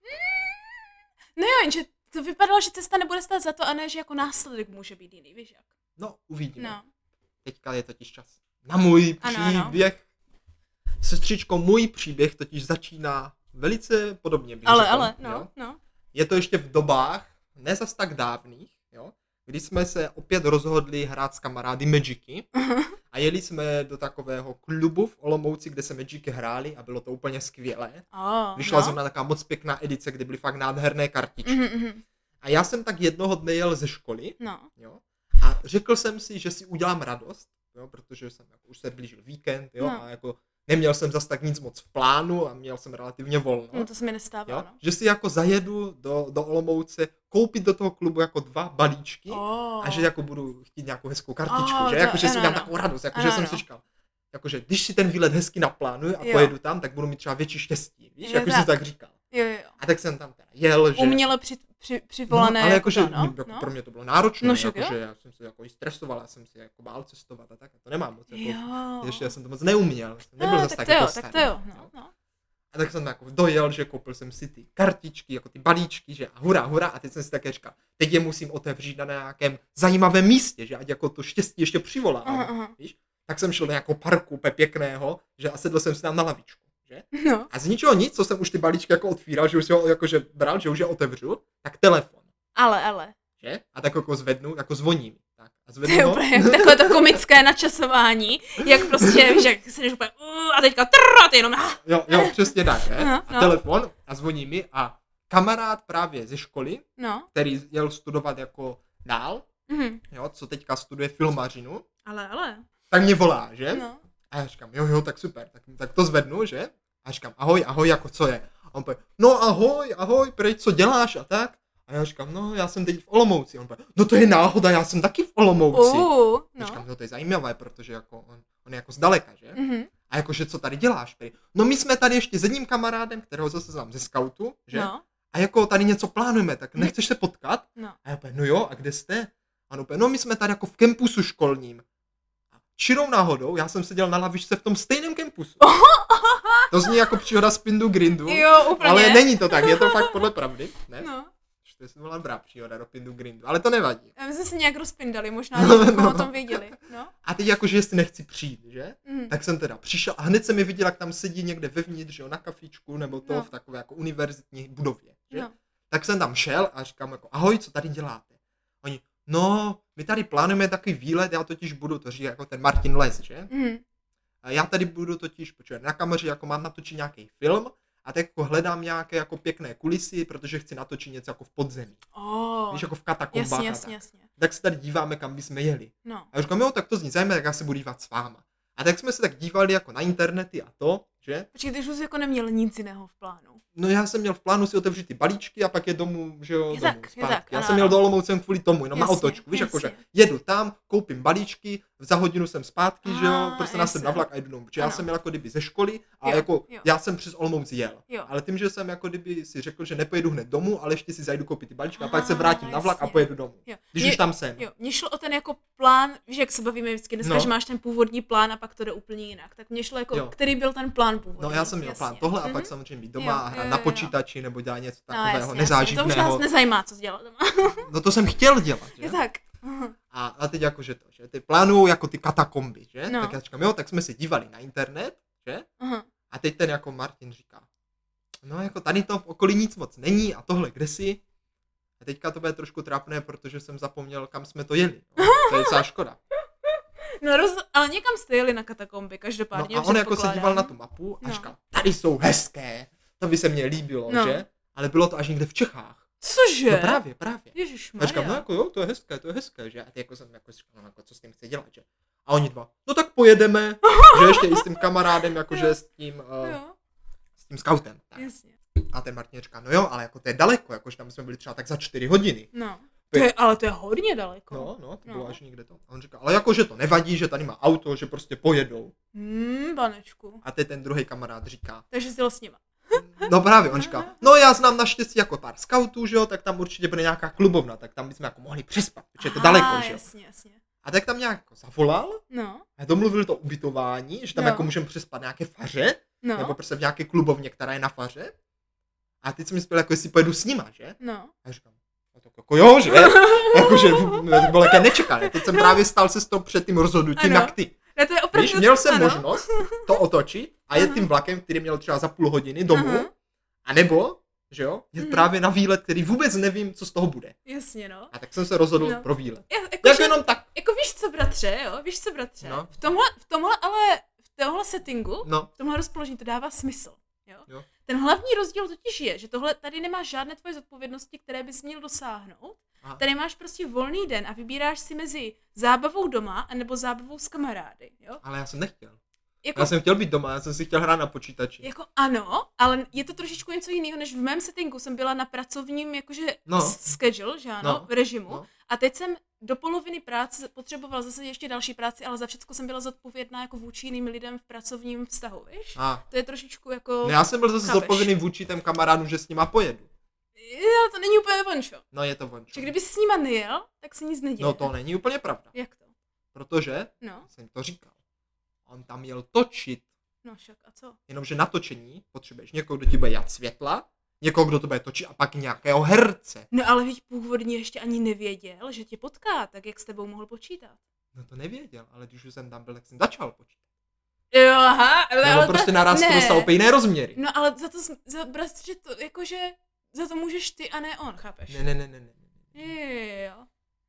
No jo, jenže to vypadalo, že cesta nebude stát za to, a ne, že jako následek může být jiný, víš jak? No, uvidíme. No. Teďka je totiž čas na můj Ano, ano. příběh. Sestřičko, můj příběh totiž začíná velice podobně. bych Ale, řekl, ale, jo. no, no. Je to ještě v dobách, ne zas tak dávných, jo, kdy jsme se opět rozhodli hrát s kamarády Magicy a jeli jsme do takového klubu v Olomouci, kde se Magicy hráli a bylo to úplně skvělé. Oh, Vyšla no. zrovna taková moc pěkná edice, kde byly fakt nádherné kartičky. Mhm, mhm. A já jsem tak jednoho dne jel ze školy, No. jo, a řekl jsem si, že si udělám radost, jo, protože jsem jako, už se blížil víkend, jo, No. a jako neměl jsem zas tak nic moc v plánu a měl jsem relativně volno. No to se mi nestává, Jo? no. Že si jako zajedu do, do Olomouce, koupit do toho klubu jako dva balíčky Oh. a že jako budu chtít nějakou hezkou kartičku, Oh, že? to- Jako, že si ano, udělám ano. takovou radost, jako, Ano, že jsem ano. si říkal, jakože když si ten výlet hezky naplánuju a Jo. pojedu tam, tak budu mít třeba větší štěstí, víš, Je jako, že tak. si tak říkal. Jo, jo, jo. A tak jsem tam teda jel, že... Uměle při, při, přivolané. No, ale jakože jako to, no, jako no. pro mě to bylo náročné, No však jakože já jsem se jako i stresoval, já jsem si jako bál cestovat a tak, a to nemám moc, jako, Jo. ještě já jsem to moc neuměl, jsem nebyl no, zase tak tak, to jo, jako tak starý, to jo, jo. no, no. A tak jsem jako dojel, že koupil jsem si ty kartičky, jako ty balíčky, že a hurá, hurá, a teď jsem si také říkal, teď je musím otevřít na nějakém zajímavém místě, že ať jako to štěstí ještě přivolám, Aha, aha. víš. Tak jsem šel do nějakého parku úplně pěkného, že a sedl jsem si tam na lavičku, že. No. A z ničeho nic, co jsem už ty balíčky jako otvíral, že už si ho jakože bral, že už je otevřu, tak telefon, Ale, ale. že. A tak jako zvednu, jako zvoní mi. Tak a To zvednu je ho. úplně jak takové to komické načasování, jak prostě, víš, jak se jdeš úplně uh, a teďka trrr, a ty jenom ah. Jo, jo, přesně tak, že. Aha, A no. telefon a zvoní mi a kamarád právě ze školy, No. který jel studovat jako dál, Mhm. jo, co teďka studuje filmařinu, Ale, ale. tak mě volá, že? No. A já říkám, jo, jo, tak super, tak, tak to zvednu, že? A já říkám, ahoj, ahoj, jako co je? A on pojď, no ahoj, ahoj, prej, co děláš a tak? A já říkám, no, já jsem teď v Olomouci. A on pojď, no to je náhoda, já jsem taky v Olomouci. Uh, Já no. říkám, no to je zajímavé, protože jako on, on je jako zdaleka, že? Mhm. A jakože, co tady děláš, prej? No my jsme tady ještě s jedním kamarádem, kterého zase znám ze skautu, že? No. A jako tady něco plánujeme, tak nechceš se potkat? No. A já úplně, no jo, a kde jste? A on úplně, no my jsme tady jako v kempusu školním. A čirou náhodou, já jsem seděl na lavičce v tom stejném kempusu. To zní jako příhoda z Pindu Grindu, Jo, úplně. ale není to tak, je to fakt podle pravdy, ne? No. To je byla dobrá příhoda do Pindu Grindu, ale to nevadí. A my jsme se nějak rozpindali, možná, No, že bychom no. o tom věděli. No. A teď jakože, jestli nechci přijít, že? Mhm. Tak jsem teda přišel a hned jsem mi viděl, jak tam sedí někde vevnitř, že jo, na kafičku, nebo to No. v takové jako univerzitní budově, že? No. Tak jsem tam šel a říkám jako, ahoj, co tady děláte? Oni, no, my tady plánujeme takový výlet, já totiž budu, to říká jako ten Martin Les, že? Mhm. A já tady budu totiž, počkej, na kameře jako mám natočit nějaký film a tak jako hledám nějaké jako pěkné kulisy, protože chci natočit něco jako v podzemí. Oh. Víš, jako v katakombách Jasně, a jasně, tak. jasně. Tak se tady díváme, kam bychom jeli. No. A já říkám, jo, tak to zní zajímavé, tak já se budu dívat s váma. A tak jsme se tak dívali jako na internety a to, že? Počkej, ty už jsi jako neměl nic jiného v plánu. No já jsem měl v plánu si otevřít ty balíčky a pak je domů, že jo, Je domů, tak, je zpátky. tak, Já ano, jsem měl ano. do Olomouce kvůli tomu, jenom na Jasně, otočku, víš, jasně. jakože jedu tam, koupím balíčky, za hodinu jsem zpátky, že jo, Ah, prostě nasem jasně. na vlak a jdu domů. Protože já Ano. jsem měl jako kdyby ze školy a Jo, jako jo. já jsem přes Olomouc jel. Jo. Ale tím, že jsem jako kdyby si řekl, že nepojedu hned domů, ale ještě si zajdu koupit ty balíčky a pak se Ah, vrátím na vlak a jasně. pojedu domů. Jo. Když Mě- už tam jsem. Jo, mně šlo o ten jako plán, víš, jak se bavíme vždycky dneska, No. že máš ten původní plán a pak to jde úplně jinak. Tak mně šlo jako, Jo. který byl ten plán původní. No já jsem měl jasně. plán tohle a Mhm. pak samozřejmě být doma Jo, a hrát jo, na jo, počítači nebo dělat něco No, takového jasně, jasně. To už nezáživného. nás nezajímá, co jsi dělal doma. No to jsem chtěl dělat, že? Je tak. A, a teď jakože to, že ty plánujou jako ty katakomby, že? No. Tak já říkám, jo, tak jsme se dívali na internet, že? Aha. A teď ten jako Martin říká, no jako tady to v okolí nic moc není a tohle kde si? A teďka to bude trošku trápné, protože jsem zapomněl, kam jsme to jeli. No, to je docela škoda. No roz... ale někam jste jeli na katakomby, No každopádně. a on jako se předpokládám. díval na tu mapu a No. říkal, tady jsou hezké, to by se mně líbilo, No. že? Ale bylo to až někde v Čechách. Cože? No právě, právě. A říkám, no Ježišmarja. jako jo, to je hezké, to je hezké, že? A ty jako jsem jako říkal, no jako co s tím chce dělat, že? A oni dva, no tak pojedeme, že ještě i s tím kamarádem, jakože s tím, uh, Jo, s tím scoutem. Tak. jasně. A ten Martin říká, no jo, ale jako to je daleko, jakože tam jsme byli třeba tak za čtyři hodiny. No. To je, ale to je hodně daleko. No, no, to No. bylo až někde to. A on říká, ale jakože to nevadí, že tady má auto, že prostě pojedou. Hmm, panečku. A teď ten druhý kamarád říká, Takže jsi jel s nima. no právě, on říká, no já znám naštěstí jako pár scoutů, že jo, tak tam určitě bude nějaká klubovna, tak tam bychom jako mohli přespat, protože je to daleko, Ah, že jo. jasně, jasně. A tak tam nějak jako zavolal No, a domluvili to ubytování, že tam No. jako můžeme přespat nějaké faře, no, nebo prostě v nějaké klubovně, která je na faře. A teď jsem mi spěl, jako jestli pojedu s nima, že? no. A já říkám, no tak jako jo, že? Jakože to bylo také nečekané. Teď jsem právě stál se s tou před tím rozhodnutím, Ano. jak ty. Ne, to je opravdu... Víš, měl jsem ano. možnost to otočit a jet Aha. tím vlakem, který měl třeba za půl hodiny domů, Aha. a nebo, že jo, jet Mhm. právě na výlet, který vůbec nevím, co z toho bude. Jasně, no. A tak jsem se rozhodl No. pro výlet. Já, jako, Jak že, jenom tak. jako víš co, bratře, jo? Víš co, bratře? No. V tomhle, v tomhle ale, v tomhle settingu, No, v tomhle rozpoložení to dává smysl. Jo? Jo. Ten hlavní rozdíl totiž je, že tohle tady nemáš žádné tvoje zodpovědnosti, které bys měl dosáhnout. Aha. Tady máš prostě volný den a vybíráš si mezi zábavou doma anebo zábavou s kamarády. Jo? ale já jsem nechtěl. Jako, Já jsem chtěl být doma, já jsem si chtěl hrát na počítači. jako ano, ale je to trošičku něco jiného, než v mém settingu jsem byla na pracovním jakože No. s- schedule, že ano, No. v režimu. No. A teď jsem do poloviny práce potřebovala zase ještě další práci, ale za všechno jsem byla zodpovědná jako vůči jiným lidem v pracovním vztahu, víš? A To je trošičku jako... no, já jsem byl zase chápeš. zodpovědný vůči těm kamarádům, že s nima pojedu. Jo, to není úplně vončo. No je to vončo. Že kdyby jsi s nima nejel, tak se nic neděje. No to není úplně pravda, Jak to? protože No, jsem to říkal. On tam měl točit, no však a co? jenomže na točení potřebuješ někoho, kdo ti bude jat světla, někoho, kdo to bude točit a pak nějakého herce. No ale víš, původně ještě ani nevěděl, že tě potká, tak jak s tebou mohl počítat. No to nevěděl, ale když už jsem tam byl, tak jsem začal počítat. Jo, aha, ale, Nebo ale prostě to, naraz to ne. dostal úplně jiné rozměry. No ale za to, s- za, bratře, to jakože, za to můžeš ty a ne on, chápeš? Ne, ne, ne, ne, ne. Jo.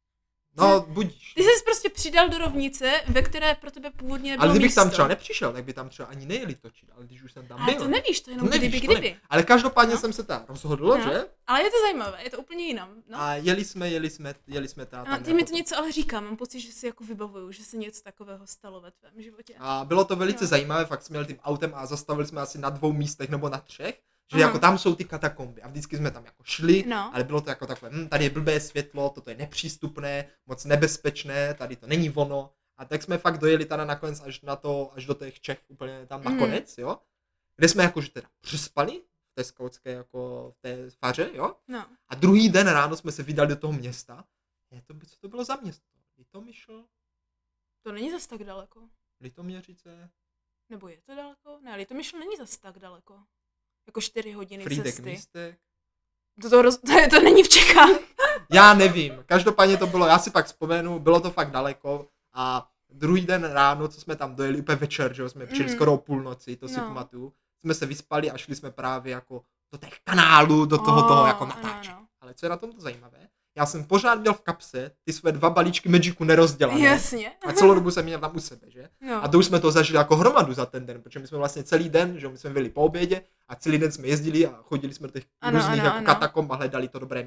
No, budíš. Ty jsi prostě přidal do rovnice, ve které pro tebe původně nebylo Ale kdybych místo. tam třeba nepřišel, tak by tam třeba ani nejeli točit, ale když už jsem tam Ale byl. to nevíš, to jenom To nevíš, kdyby, to kdyby. nevíš. Ale každopádně No. jsem se tam rozhodl, No. že? Ale je to zajímavé, je to úplně jinam. No. A jeli jsme, jeli jsme, jeli jsme teda A tam. ty mi jako to něco ale říká, mám pocit, že si jako vybavuju, že se něco takového stalo ve tvém životě. A bylo to velice Jo. zajímavé, fakt jsme jeli tím autem a zastavili jsme asi na dvou místech nebo na třech, že Aha. jako tam jsou ty katakomby a vždycky jsme tam jako šli, No. ale bylo to jako takové, hm, tady je blbé světlo, toto je nepřístupné, moc nebezpečné, tady to není ono. A tak jsme fakt dojeli teda nakonec až na to, až do těch Čech úplně tam Mhm. nakonec, jo. Kde jsme jakože teda přespali v té skautské jako v té faře, jo. No. A druhý den ráno jsme se vydali do toho města. Je to, co to bylo za město? Litomyšl? To není zas tak daleko. Litoměřice? Nebo je to daleko? Ne, ale to myšlo není zas tak daleko. Jako čtyři hodiny Frýdek cesty. místek? To, to, roz... to, je- to není v Čechách. Já nevím, každopádně to bylo, já si pak vzpomenu, bylo to fakt daleko a druhý den ráno, co jsme tam dojeli úplně večer, že jo, jsme přijeli Mm. skoro o půlnoci, to si No. pamatuju, jsme se vyspali a šli jsme právě jako do těch kanálů, do toho Oh, toho jako ano, natáčet. ano. Ale co je na tomto zajímavé, já jsem pořád měl v kapse ty své dva balíčky Magicu nerozdělané Jasně. a celou dobu jsem měl tam u sebe, že? No. A to už jsme to zažili jako hromadu za ten den, protože my jsme vlastně celý den, že jo, my jsme byli po obědě a celý den jsme jezdili a chodili jsme do těch Ano, různých ano, jako ano. katakomb a hledali to dobré místo.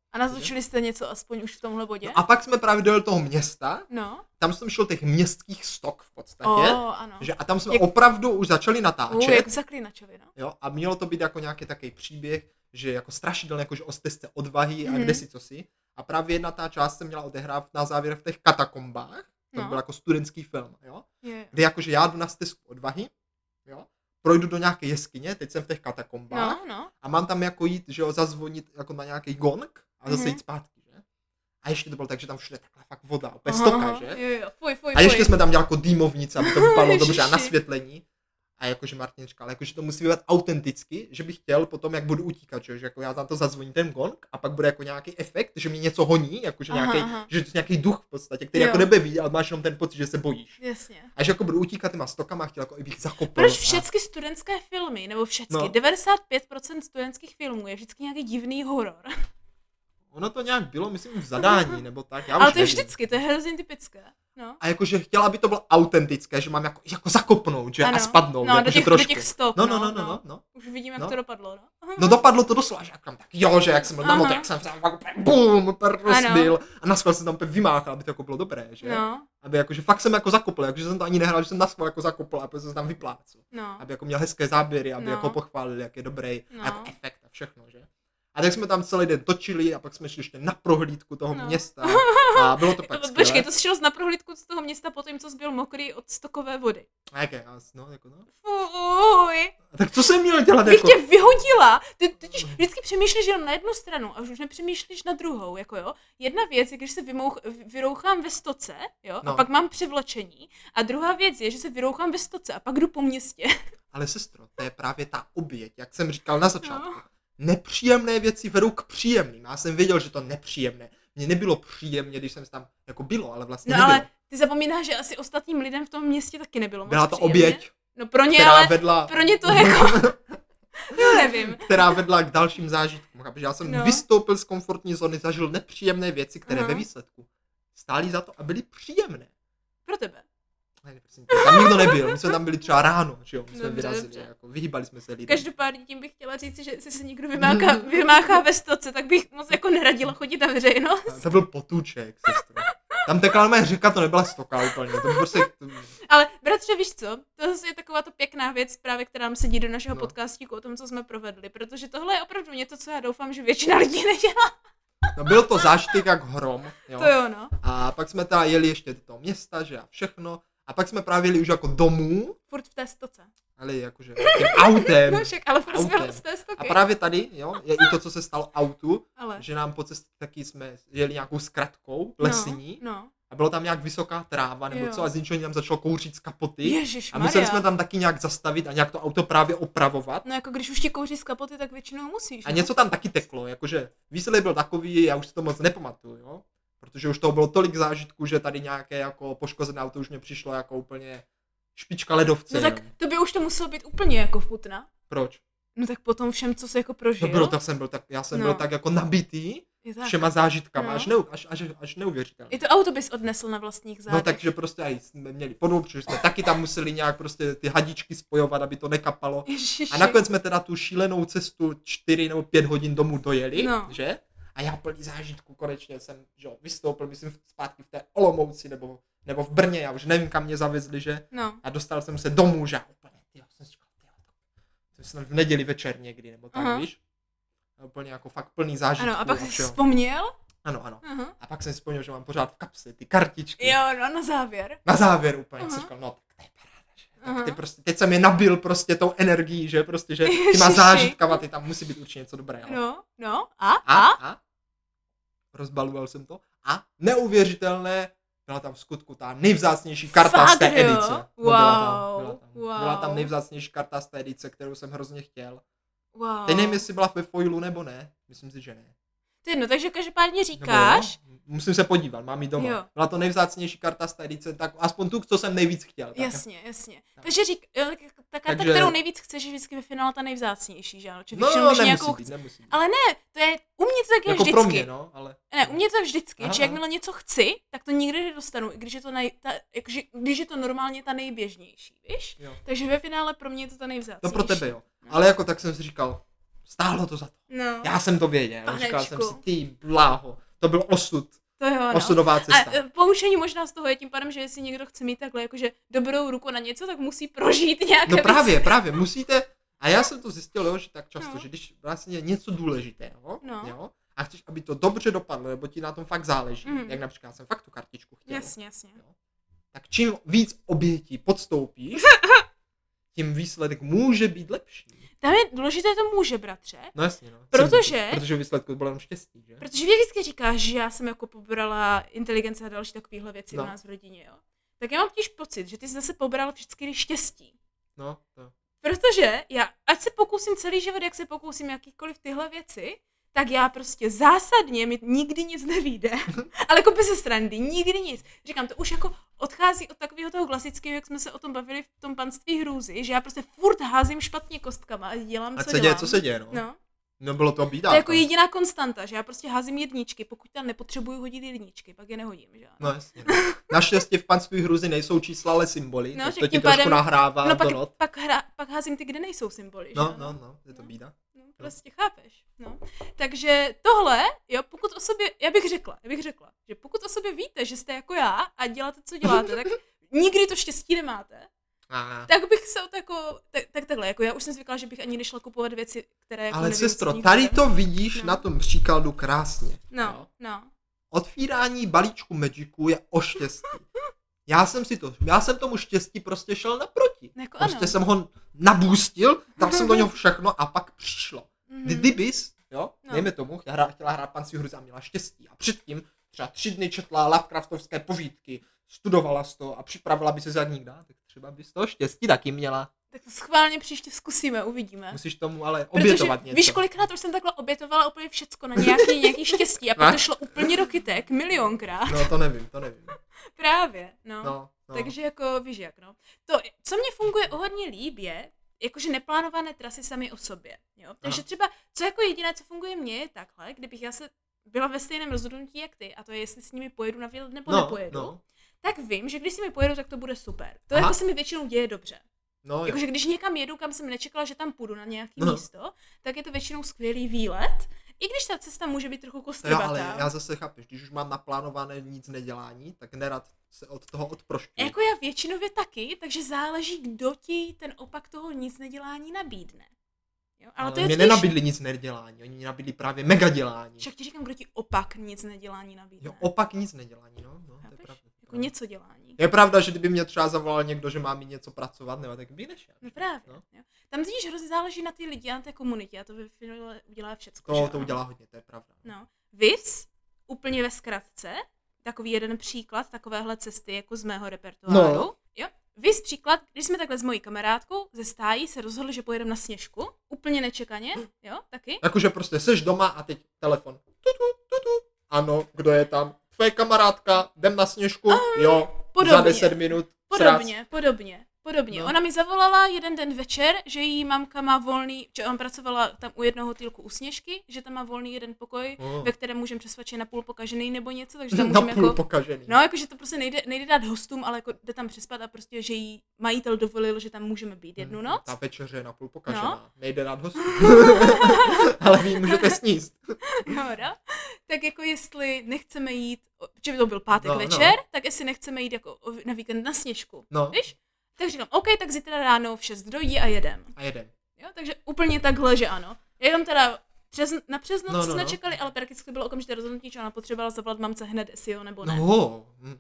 A natočili jste něco aspoň už v tomhle bodě? No a pak jsme právě dojeli do toho města, No. tam jsem šel těch městských stok v podstatě, Oh, ano. že a tam jsme Jak... opravdu už začali natáčet. Uh, jak v Zaklínačovi, no. Jo, a mělo to být jako nějaký takový příběh, že jako strašidelný, jakože o stezce odvahy mm-hmm. a kde si co si. A právě jedna ta část se měla odehrávat na závěr v těch katakombách, to no. byl jako studentský film, jo, je. kde jakože já jdu na stezku odvahy, jo, projdu do nějaké jeskyně, teď jsem v těch katakombách no, no. a mám tam jako jít, že jo, zazvonit jako na nějaký gong a zase mm-hmm. jít zpátky, že? A ještě to bylo tak, že tam všude takhle fakt voda, opět stoka, že? Jo, jo, fuj, fuj, a ještě fuj. jsme tam dělali jako dýmovnice, aby to vypadalo dobře a nasvětlení. A jakože Martin říkal, ale jakože to musí být autenticky, že bych chtěl potom, jak budu utíkat, že jako já tam to zazvoním ten gong a pak bude jako nějaký efekt, že mě něco honí, jakože aha, nějaký, aha. že to je nějaký duch v podstatě, který jo. jako nebe ví, ale máš jenom ten pocit, že se bojíš. Jasně. A že jako budu utíkat těma stokama, chtěl jako i bych zakopl. Proč a... všechny studentské filmy, nebo všechny, no. devadesát pět procent studentských filmů je vždycky nějaký divný horor. Ono to nějak bylo, myslím, v zadání, nebo tak. Já ale to je nevím. vždycky, to je hrozně typické. No. A jakože chtěla, aby to bylo autentické, že mám jako, jako zakopnout, že ano. a spadnout, no, jako, do těch, trošku. do těch stok, no, no, no, no, no, no. Už vidím, jak no. to dopadlo, no. No dopadlo to doslova, že jak tak jo, že jak jsem byl na moto, jak jsem tam fakt úplně bum, úplně rozbil a naschvál jsem tam úplně vymáchal, aby to jako bylo dobré, že? No. Aby jakože fakt jsem jako zakopl, jakože jsem to ani nehrál, že jsem naschvál jako zakopl a potom jsem tam vyplácel. No. Aby jako měl hezké záběry, aby no. jako pochválili, jak je dobrý no. a jako efekt a všechno, že? A tak jsme tam celý den točili a pak jsme šli ještě na prohlídku toho no. města a bylo to pak skvělé. Počkej, to jsi šel na prohlídku z toho města po tom, co jsi byl mokrý od stokové vody. A jaké, no, jako no. Fuj. A tak co jsem měl dělat bych jako? Bych tě vyhodila. Ty totiž vždycky přemýšlíš jenom na jednu stranu a už nepřemýšlíš na druhou, jako jo. Jedna věc je, když se vymouch, vyrouchám ve stoce, jo, no. a pak mám převlečení. A druhá věc je, že se vyrouchám ve stoce a pak jdu po městě. Ale sestro, to je právě ta oběť, jak jsem říkal na začátku. No. Nepříjemné věci vedou k příjemným. Já jsem věděl, že to nepříjemné. Mně nebylo příjemně, když jsem tam jako bylo, ale vlastně no, nebylo. Ale ty zapomínáš, že asi ostatním lidem v tom městě taky nebylo moc Byla to příjemně. oběť, no pro ně, která ale vedla... pro ně to jako... jo, nevím. Která vedla k dalším zážitkům. Protože já jsem no. vystoupil z komfortní zóny, zažil nepříjemné věci, které uh-huh. ve výsledku stály za to a byly příjemné. Pro tebe. Ne, prosím, tam nikdo nebyl, my jsme tam byli třeba ráno, že jo, my jsme dobře, vyrazili, dobře. jako vyhýbali jsme se lidem. Každopádně tím bych chtěla říct, že jestli se někdo vymáchá, vymáchá ve stoce, tak bych moc jako neradila chodit na veřejnost. To byl potůček, sestro. Tam tekla normálně řeka, to nebyla stoka úplně, to prostě... Ale bratře, víš co, to je taková to pěkná věc právě, která nám sedí do našeho no. podcastíku o tom, co jsme provedli, protože tohle je opravdu něco, co já doufám, že většina lidí nedělá. No byl to zážitek jak hrom, jo. To jo, no. A pak jsme teda jeli ještě do toho města, že a všechno. A pak jsme právě jeli už jako domů. Furt v té stoce. Ale jakože tím autem. No však, ale furt jsme z té stoky. A právě tady, jo, je i to, co se stalo autu, ale. že nám po cestě taky jsme jeli nějakou zkratkou lesní. No, no. A bylo tam nějak vysoká tráva, nebo jo. co, a z ničeho nám začalo kouřit z kapoty. Ježišmarja. A museli jsme tam taky nějak zastavit a nějak to auto právě opravovat. No jako když už ti kouří z kapoty, tak většinou musíš. A no? něco tam taky teklo, jakože výsledek byl takový, já už si to moc nepamatuju, jo. Protože už toho bylo tolik zážitků, že tady nějaké jako poškozené auto už mě přišlo jako úplně špička ledovce. No tak to by už to muselo být úplně jako futna. Proč? No tak potom všem, co se jako prožil. No bylo, tak jsem byl tak, já jsem no. byl tak jako nabitý všema zážitkama, no. až, neu, až, až, až neuvěřitelné. I to auto bys odnesl na vlastních zádech. No takže prostě aj jsme měli podvod, protože jsme taky tam museli nějak prostě ty hadičky spojovat, aby to nekapalo. Ježiši. A nakonec jsme teda tu šílenou cestu čtyři nebo pět hodin domů dojeli, no. že? A já plný zážitku konečně jsem, že vystoupil, myslím zpátky v té Olomouci nebo, nebo v Brně, já už nevím, kam mě zavezli, že? No. A dostal jsem se domů, že úplně, tyjo, jsem si říkal, tyjo, to jsem v neděli večer někdy, nebo tak, uh-huh. víš? A úplně jako fakt plný zážitků. Ano, a pak jsi vzpomněl? Ano, ano. Uh-huh. A pak jsem si vzpomněl, že mám pořád v kapse ty kartičky. Jo, no na závěr. Na závěr úplně, uh-huh. jsem říkal, no tak to je paráda, že? Tak ty prostě, teď jsem je nabil prostě tou energií, že prostě, že těma zážitkama, ty tam musí být určitě něco dobré. Ale... No, no, a, a? a? a? Rozbaluval jsem to a neuvěřitelné, byla tam v skutku ta nejvzácnější karta Fakt, z té jo? edice. No, wow, byla, tam, byla, tam. wow. byla tam nejvzácnější karta z té edice, kterou jsem hrozně chtěl. Wow. Teď nevím, jestli byla ve foilu nebo ne, myslím si, že ne. Ty no, takže každopádně říkáš... Nebo, musím se podívat, mám ji doma. Jo. Byla to nejvzácnější karta z té edice, tak aspoň tu, co jsem nejvíc chtěl. Tak. Jasně, jasně. Tak. Takže řík, ta karta, takže... kterou nejvíc chceš, je vždycky ve finále ta nejvzácnější, že ano? No, no, nemusí nějakou... být, nemusí být. Ale ne, to je, u mě to tak je jako vždycky. pro mě, no, ale... Ne, u mě to vždycky, Aha. že jakmile něco chci, tak to nikdy nedostanu, i když je to, nej, ta, jakože, když je to normálně ta nejběžnější, víš? Jo. Takže ve finále pro mě je to ta nejvzácnější. To pro tebe, jo. No. Ale jako tak jsem si říkal, stálo to za to. No. Já jsem to věděl, Panečku. říkal jsem si, ty bláho, to byl osud. To jo, no. Osudová cesta. A poučení možná z toho je tím pádem, že jestli někdo chce mít takhle jakože dobrou ruku na něco, tak musí prožít nějaké No právě, věci. právě, musíte, a já jsem to zjistil, jo, že tak často, No. že když vlastně je něco důležitého, No. jo, a chceš, aby to dobře dopadlo, nebo ti na tom fakt záleží, Mhm. jak například jsem fakt tu kartičku chtěl, Jasně, jasně. jo, tak čím víc obětí podstoupíš, tím výsledek může být lepší. Tam je důležité to může, bratře, No jasně, no. Protože- Protože výsledku bylo jenom štěstí, že? protože vždycky říkáš, že já jsem jako pobrala inteligence a další takovéhle věci No. u nás v rodině, jo. Tak já mám totiž pocit, že ty jsi zase pobral vždycky štěstí. No, to. Protože já, ať se pokusím celý život, jak se pokusím jakýkoliv tyhle věci, tak já prostě zásadně mi nikdy nic nevyjde. Ale jako bez srandy, nikdy nic. Říkám, to už jako odchází od takového toho klasického, jak jsme se o tom bavili v tom panství hrůzy, že já prostě furt házím špatně kostkama a dělám, A co co děje, dělám. co se děje, no? No. No bylo to bídá. To je jako jediná konstanta, že já prostě házím jedničky, pokud tam nepotřebuju hodit jedničky, pak je nehodím, že ano. No jasně. No. Naštěstí v panství hruzy nejsou čísla, ale symboly, No, tak že to ti tím trošku pádem- nahrává No do pak, not. pak, hra, pak házím ty, kde nejsou symboly, že No, ano. no, no, je to bída. No, prostě chápeš, no. Takže tohle, jo, pokud o sobě, já bych řekla, já bych řekla, že pokud o sobě víte, že jste jako já a děláte, co děláte, tak nikdy to štěstí nemáte, A... tak bych se o to jako, tak, tak takhle, jako já už jsem zvykla, že bych ani nešla kupovat věci, které jako Ale nevím, co sestro, z nich tady bude. to vidíš No. na tom příkladu krásně. No, jo. no. Otvírání balíčku Magicu je o štěstí. Já jsem si to, já jsem tomu štěstí prostě šel naproti. Jako Prostě ano. jsem ho nabůstil, dal jsem do něho všechno a pak přišlo. Mhm. Kdybys, jo, No. dejme tomu, chtěla, chtěla hrát panství hruzy a měla štěstí a předtím třeba tři dny četla Lovecraftovské povídky, studovala z to a připravila by se za ní dát, tak třeba bys toho štěstí taky měla. Tak to schválně příště zkusíme, uvidíme. Musíš tomu ale obětovat Protože něco. víš, kolikrát už jsem takhle obětovala úplně všecko na nějaký, nějaký štěstí a pak to šlo úplně do kytek, milionkrát. No to nevím, to nevím. Právě, no. No, no. Takže jako, víš jak, no. To, co mě funguje o hodně líp je, jakože neplánované trasy sami o sobě, jo. Takže Aha. třeba, co jako jediné, co funguje mně, je takhle, kdybych já se byla ve stejném rozhodnutí jak ty, a to je, jestli s nimi pojedu na výlet nebo no, nepojedu, no, tak vím, že když si mi pojedu, tak to bude super. To Aha. jako se mi většinou děje dobře. no, jo. Jakože když někam jedu, kam jsem nečekala, že tam půjdu na nějaký No. místo, tak je to většinou skvělý výlet, i když ta cesta může být trochu Jo, kostrbatá. ale já zase chápeš, když už mám naplánované nic nedělání, tak nerad se od toho odprošťuji. Jako já většinově taky, takže záleží, kdo ti ten opak toho nic nedělání nabídne. Jo? Ale, Ale to je mě totiž- nenabídli nic nedělání, oni mi nabídli právě mega dělání. Však ti říkám, kdo ti opak nic nedělání nabídne. Jo, opak nic nedělání, no, no to je Chápeš? pravda. Jako něco dělání. Je pravda, že kdyby mě třeba zavolal někdo, že má mi něco pracovat, nebo tak bych nešel. No právě. No. Jo? Tam totiž hrozně záleží na ty lidi a na té komunitě a to ve finále udělá všecko. To, že to ano? udělá hodně, to je pravda. No. Vys, úplně ve zkratce, takový jeden příklad takovéhle cesty jako z mého repertoáru. No. Jo? Vys příklad, když jsme takhle s mojí kamarádkou ze stájí se rozhodli, že pojedeme na Sněžku, úplně nečekaně, jo, taky. Jakože prostě seš doma a teď telefon. Tutu, tutu. Ano, kdo je tam? Tvoje kamarádka, jdem na Sněžku? Jo, podobně. za deset minut. Podobně, podobně, podobně. No. Ona mi zavolala jeden den večer, že její mamka má volný, že on pracovala tam u jednoho týlku u Sněžky, že tam má volný jeden pokoj, Oh. ve kterém můžeme přespat, že je napůl pokažený nebo něco, takže tam Na můžeme půl jako... pokažený. No, jakože to prostě nejde, nejde dát hostům, ale jako jde tam přespat a prostě, že jí majitel dovolil, že tam můžeme být jednu noc. Ta večeře je napůl pokažená. No. Nejde dát hostů. Ale vy můžete sníst. Jo, no? Tak jako jestli nechceme jít, že by to byl pátek No, no. večer, tak jestli nechceme jít jako o- na víkend na Sněžku, No. víš? Tak říkám, OK, tak zítra ráno v šest dojdi a jedem. A jedem. Jo, takže úplně takhle, že ano. Jenom teda přes, na přes noc No, no, jsme no. čekali, ale prakticky bylo okamžité rozhodnutí, že ona potřebovala zavolat mamce hned, jestli jo nebo ne. No. hm.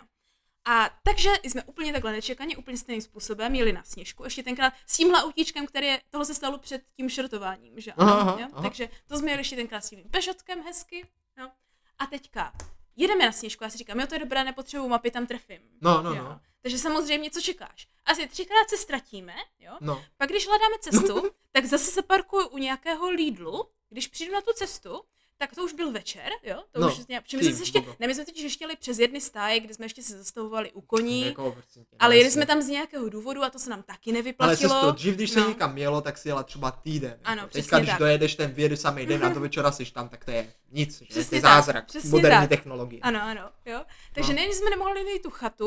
A takže jsme úplně takhle nečekaně, úplně stejným způsobem jeli na Sněžku. Ještě tenkrát s tímhle autíčkem, který je, tohle se stalo před tím šrotováním, že ano. Aha, aha, jo? aha. Takže to jsme jeli ještě tenkrát s tím Peugeotkem hezky. Jo? A teďka jedeme na Sněžku, já si říkám, jo, to je dobré, nepotřebuji mapy, tam trefím. No, no, jo? no. Takže samozřejmě, co čekáš? Asi třikrát se ztratíme, jo? No. Pak když hledáme cestu, tak zase se parkuju u nějakého Lidlu. Když přijdu na tu cestu, tak to už byl večer, jo? To No, už nějak, my ty jsme se ještě, bogo. ne, my jsme totiž ještě jeli přes jedny stáje, kde jsme ještě se zastavovali u koní, Jako, prostě, no, ale jeli jasně. jsme tam z nějakého důvodu a to se nám taky Ale nevyplatilo. sestro, dřív, když se No. někam jelo, tak si jela třeba týden. Ano, Jako. přesně Teďka, když tak. dojedeš ten vyjedu samý den a do večera jsi tam, tak to je nic. Že? To Přesně je tak, zázrak přesně moderní tak. technologie. Ano, ano, jo. Takže No. nejen jsme nemohli najít tu chatu,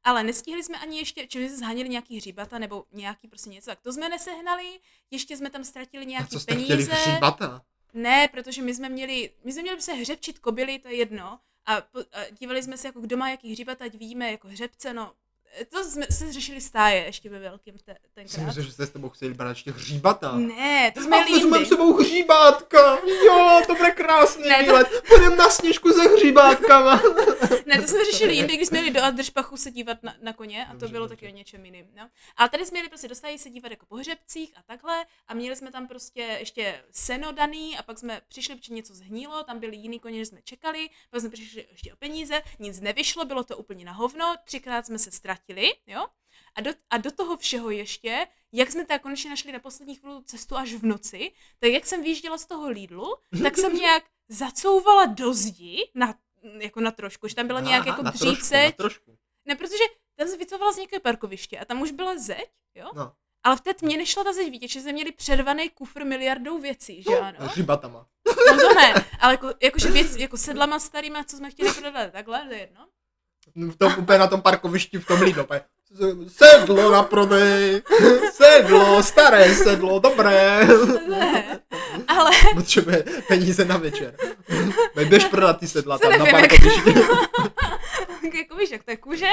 ale nestihli jsme ani ještě, či jsme zhanili nějaký hříbata nebo nějaký prostě něco, tak to jsme nesehnali, ještě jsme tam ztratili nějaký A co jste peníze. chtěli hříbata? Ne, protože my jsme měli, my jsme měli se hřebčit kobily, to je jedno, a, po, a dívali jsme se, jako kdo má jaký hříbata, ať vidíme jako hřebce, no. To jsme se řešili stáje ještě ve velkým te, tenkrát. Myslím, že jste s tebou chtěli brát ještě hříbata. Ne, to jsme jeli vezmeme jindy. sebou hříbátka. Jo, to bude krásný Ne, to- výlet. Půjdeme na sněžku se hříbátkama. Ne, to jsme řešili jindy, když jsme jeli do Adršpachu se dívat na, na koně a to Dobře, bylo dobře. taky o něčem jiným. No. Ale tady jsme jeli prostě dostali se dívat jako po hřebcích a takhle a měli jsme tam prostě ještě seno daný a pak jsme přišli, protože něco zhnilo, tam byli jiný koně, než jsme čekali, pak jsme přišli ještě o peníze, nic nevyšlo, bylo to úplně na hovno, třikrát jsme se ztratili, jo. A do, a do toho všeho ještě, jak jsme teda konečně našli na poslední chvíli cestu až v noci, tak jak jsem vyjížděla z toho Lidlu, tak jsem nějak zacouvala do zdi, na, jako na trošku, že tam byla nějak Aha, jako na trošku, na dříceť. trošku. Ne, protože tam jsem vycouvala z nějakého parkoviště a tam už byla zeď, jo? No, Ale v té tmě nešla ta zeď vidět, že jsme měli přervaný kufr miliardou věcí, že ano? hříbatama. No to ne, ale jako, jakože věc, jako sedlama starýma, co jsme chtěli prodat, takhle, to je jedno. V tom, úplně na tom parkovišti v tom Lidlu. úplně, Sedlo na prodej. Sedlo, staré sedlo, dobré. Ne, ale Potřebuje peníze na večer. Běž prodat ty sedla to tam na nevím, jak... parkovišti. jako víš, jak to je kůže?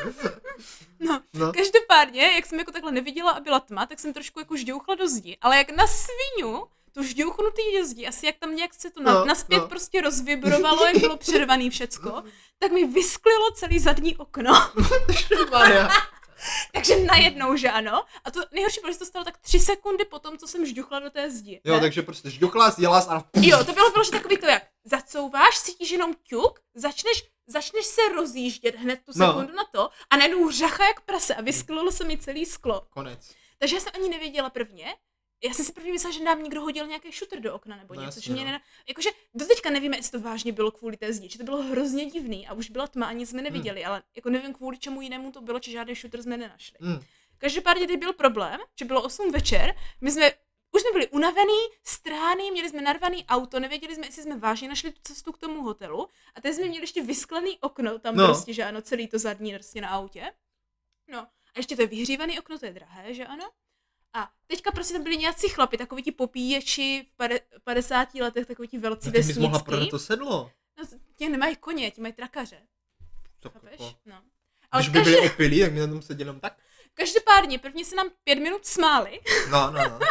No, No. každopádně, jak jsem jako takhle neviděla a byla tma, tak jsem trošku jako žďouchla do zdi, ale jak na svinu, to žďouchnutý do zdi, asi jak tam nějak se to na, No, naspět no. prostě rozvibrovalo, jak bylo přervaný všecko, tak mi vysklilo celý zadní okno. Maria. Takže najednou, že ano. A to nejhorší bylo, že to stalo tak tři sekundy po tom, co jsem žďuchla do té zdi. Jo, ne? takže prostě žduchla, jela a... Jo, to bylo, bylo že takový to, jak zacouváš, cítíš jenom ťuk, začneš, začneš se rozjíždět hned tu No. sekundu na to a najednou řacha jak prase a vysklilo se mi celý sklo. Konec. Takže já jsem ani nevěděla prvně. Já jsem si prvně myslela, že nám někdo hodil nějaký šuter do okna nebo No, něco, jasně, že mě no. ne... Jakože doteďka nevíme, jestli to vážně bylo kvůli té zdi, že to bylo hrozně divný a už byla tma a nic jsme neviděli, ale jako nevím kvůli čemu jinému to bylo, či žádný šuter jsme nenašli. Hmm. Každopádně teď byl problém, že bylo osm večer, my jsme, už jsme byli unavený, strháný, měli jsme narvaný auto, nevěděli jsme, jestli jsme vážně našli tu cestu k tomu hotelu a teď jsme měli ještě vysklený okno, tam No. prostě, že ano, celý to zadní prostě na autě. No a ještě to je vyhřívaný okno, to je drahé, že ano. A teďka prostě tam byli nějací chlapi, takoví ti popíječi v pade- padesáti letech, takoví ti velcí No, ty bys mohla vesnický. prodat to sedlo. No, ti nemají koně, ti mají trakaře, To chápeš? jako- No. Ale Když by každý, byli opilí, tak my na tom seděli jenom tak. každopádně, prvně se nám pět minut smáli, No, no, no.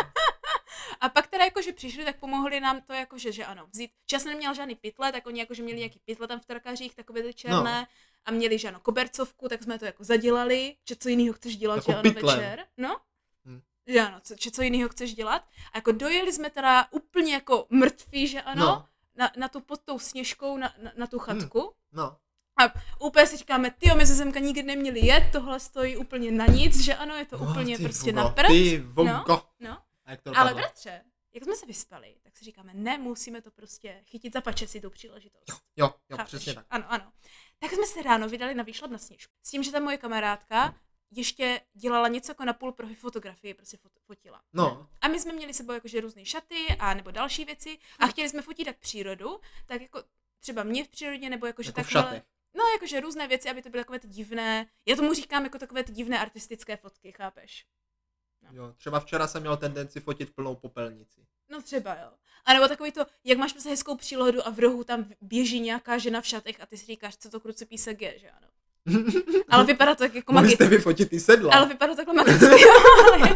a pak teda jakože přišli, tak pomohli nám to jakože, že ano, vzít. Čas neměl žádný pytle, tak oni jakože měli nějaký pytle tam v trakařích, takové ty černé, no. A měli, že ano, kobercovku, tak jsme to jako zadělali, že co jiného chceš dělat, Jako že ano, pytlem. večer. No, Hm. že ano, co, že co jiného chceš dělat. A jako dojeli jsme teda úplně jako mrtví, že ano, No. na, na tu pod tou sněžkou, na, na, na tu chatku. No. Úplně si říkáme, tyjo, my ze Zemka nikdy neměli jet, tohle stojí úplně na nic, že ano, je to No, úplně ty prostě vogo, na prd. Ty vogo. No. A jak to Ale dopadlo? bratře, jak jsme se vyspali, tak si říkáme, ne, musíme to prostě chytit za pače si tu příležitost. Jo, jo, Chápeš? přesně tak. Ano, ano. Tak jsme se ráno vydali na výšlap na sněžku. S tím, že ta moje kamarádka ještě dělala něco jako na půl prohy fotografii, prostě fot- fotila. No. A my jsme měli sebou jakože různé šaty a nebo další věci a chtěli jsme fotit tak přírodu, tak jako třeba mě v přírodě nebo jakože Jako v takhle. šatech. No, jakože různé věci, aby to byly takové ty divné, já tomu říkám jako takové ty divné artistické fotky, chápeš? Jo, třeba včera jsem měl tendenci fotit plnou popelnici. No třeba jo. A nebo takový to, jak máš prostě hezkou přírodu a v rohu tam běží nějaká žena v šatech a ty si říkáš, co to krucipísek je, že ano. Ale vypadá to tak jako Mohli magicky. jste vyfotit ty sedla. Ale vypadá to takhle magicky, jo. ale-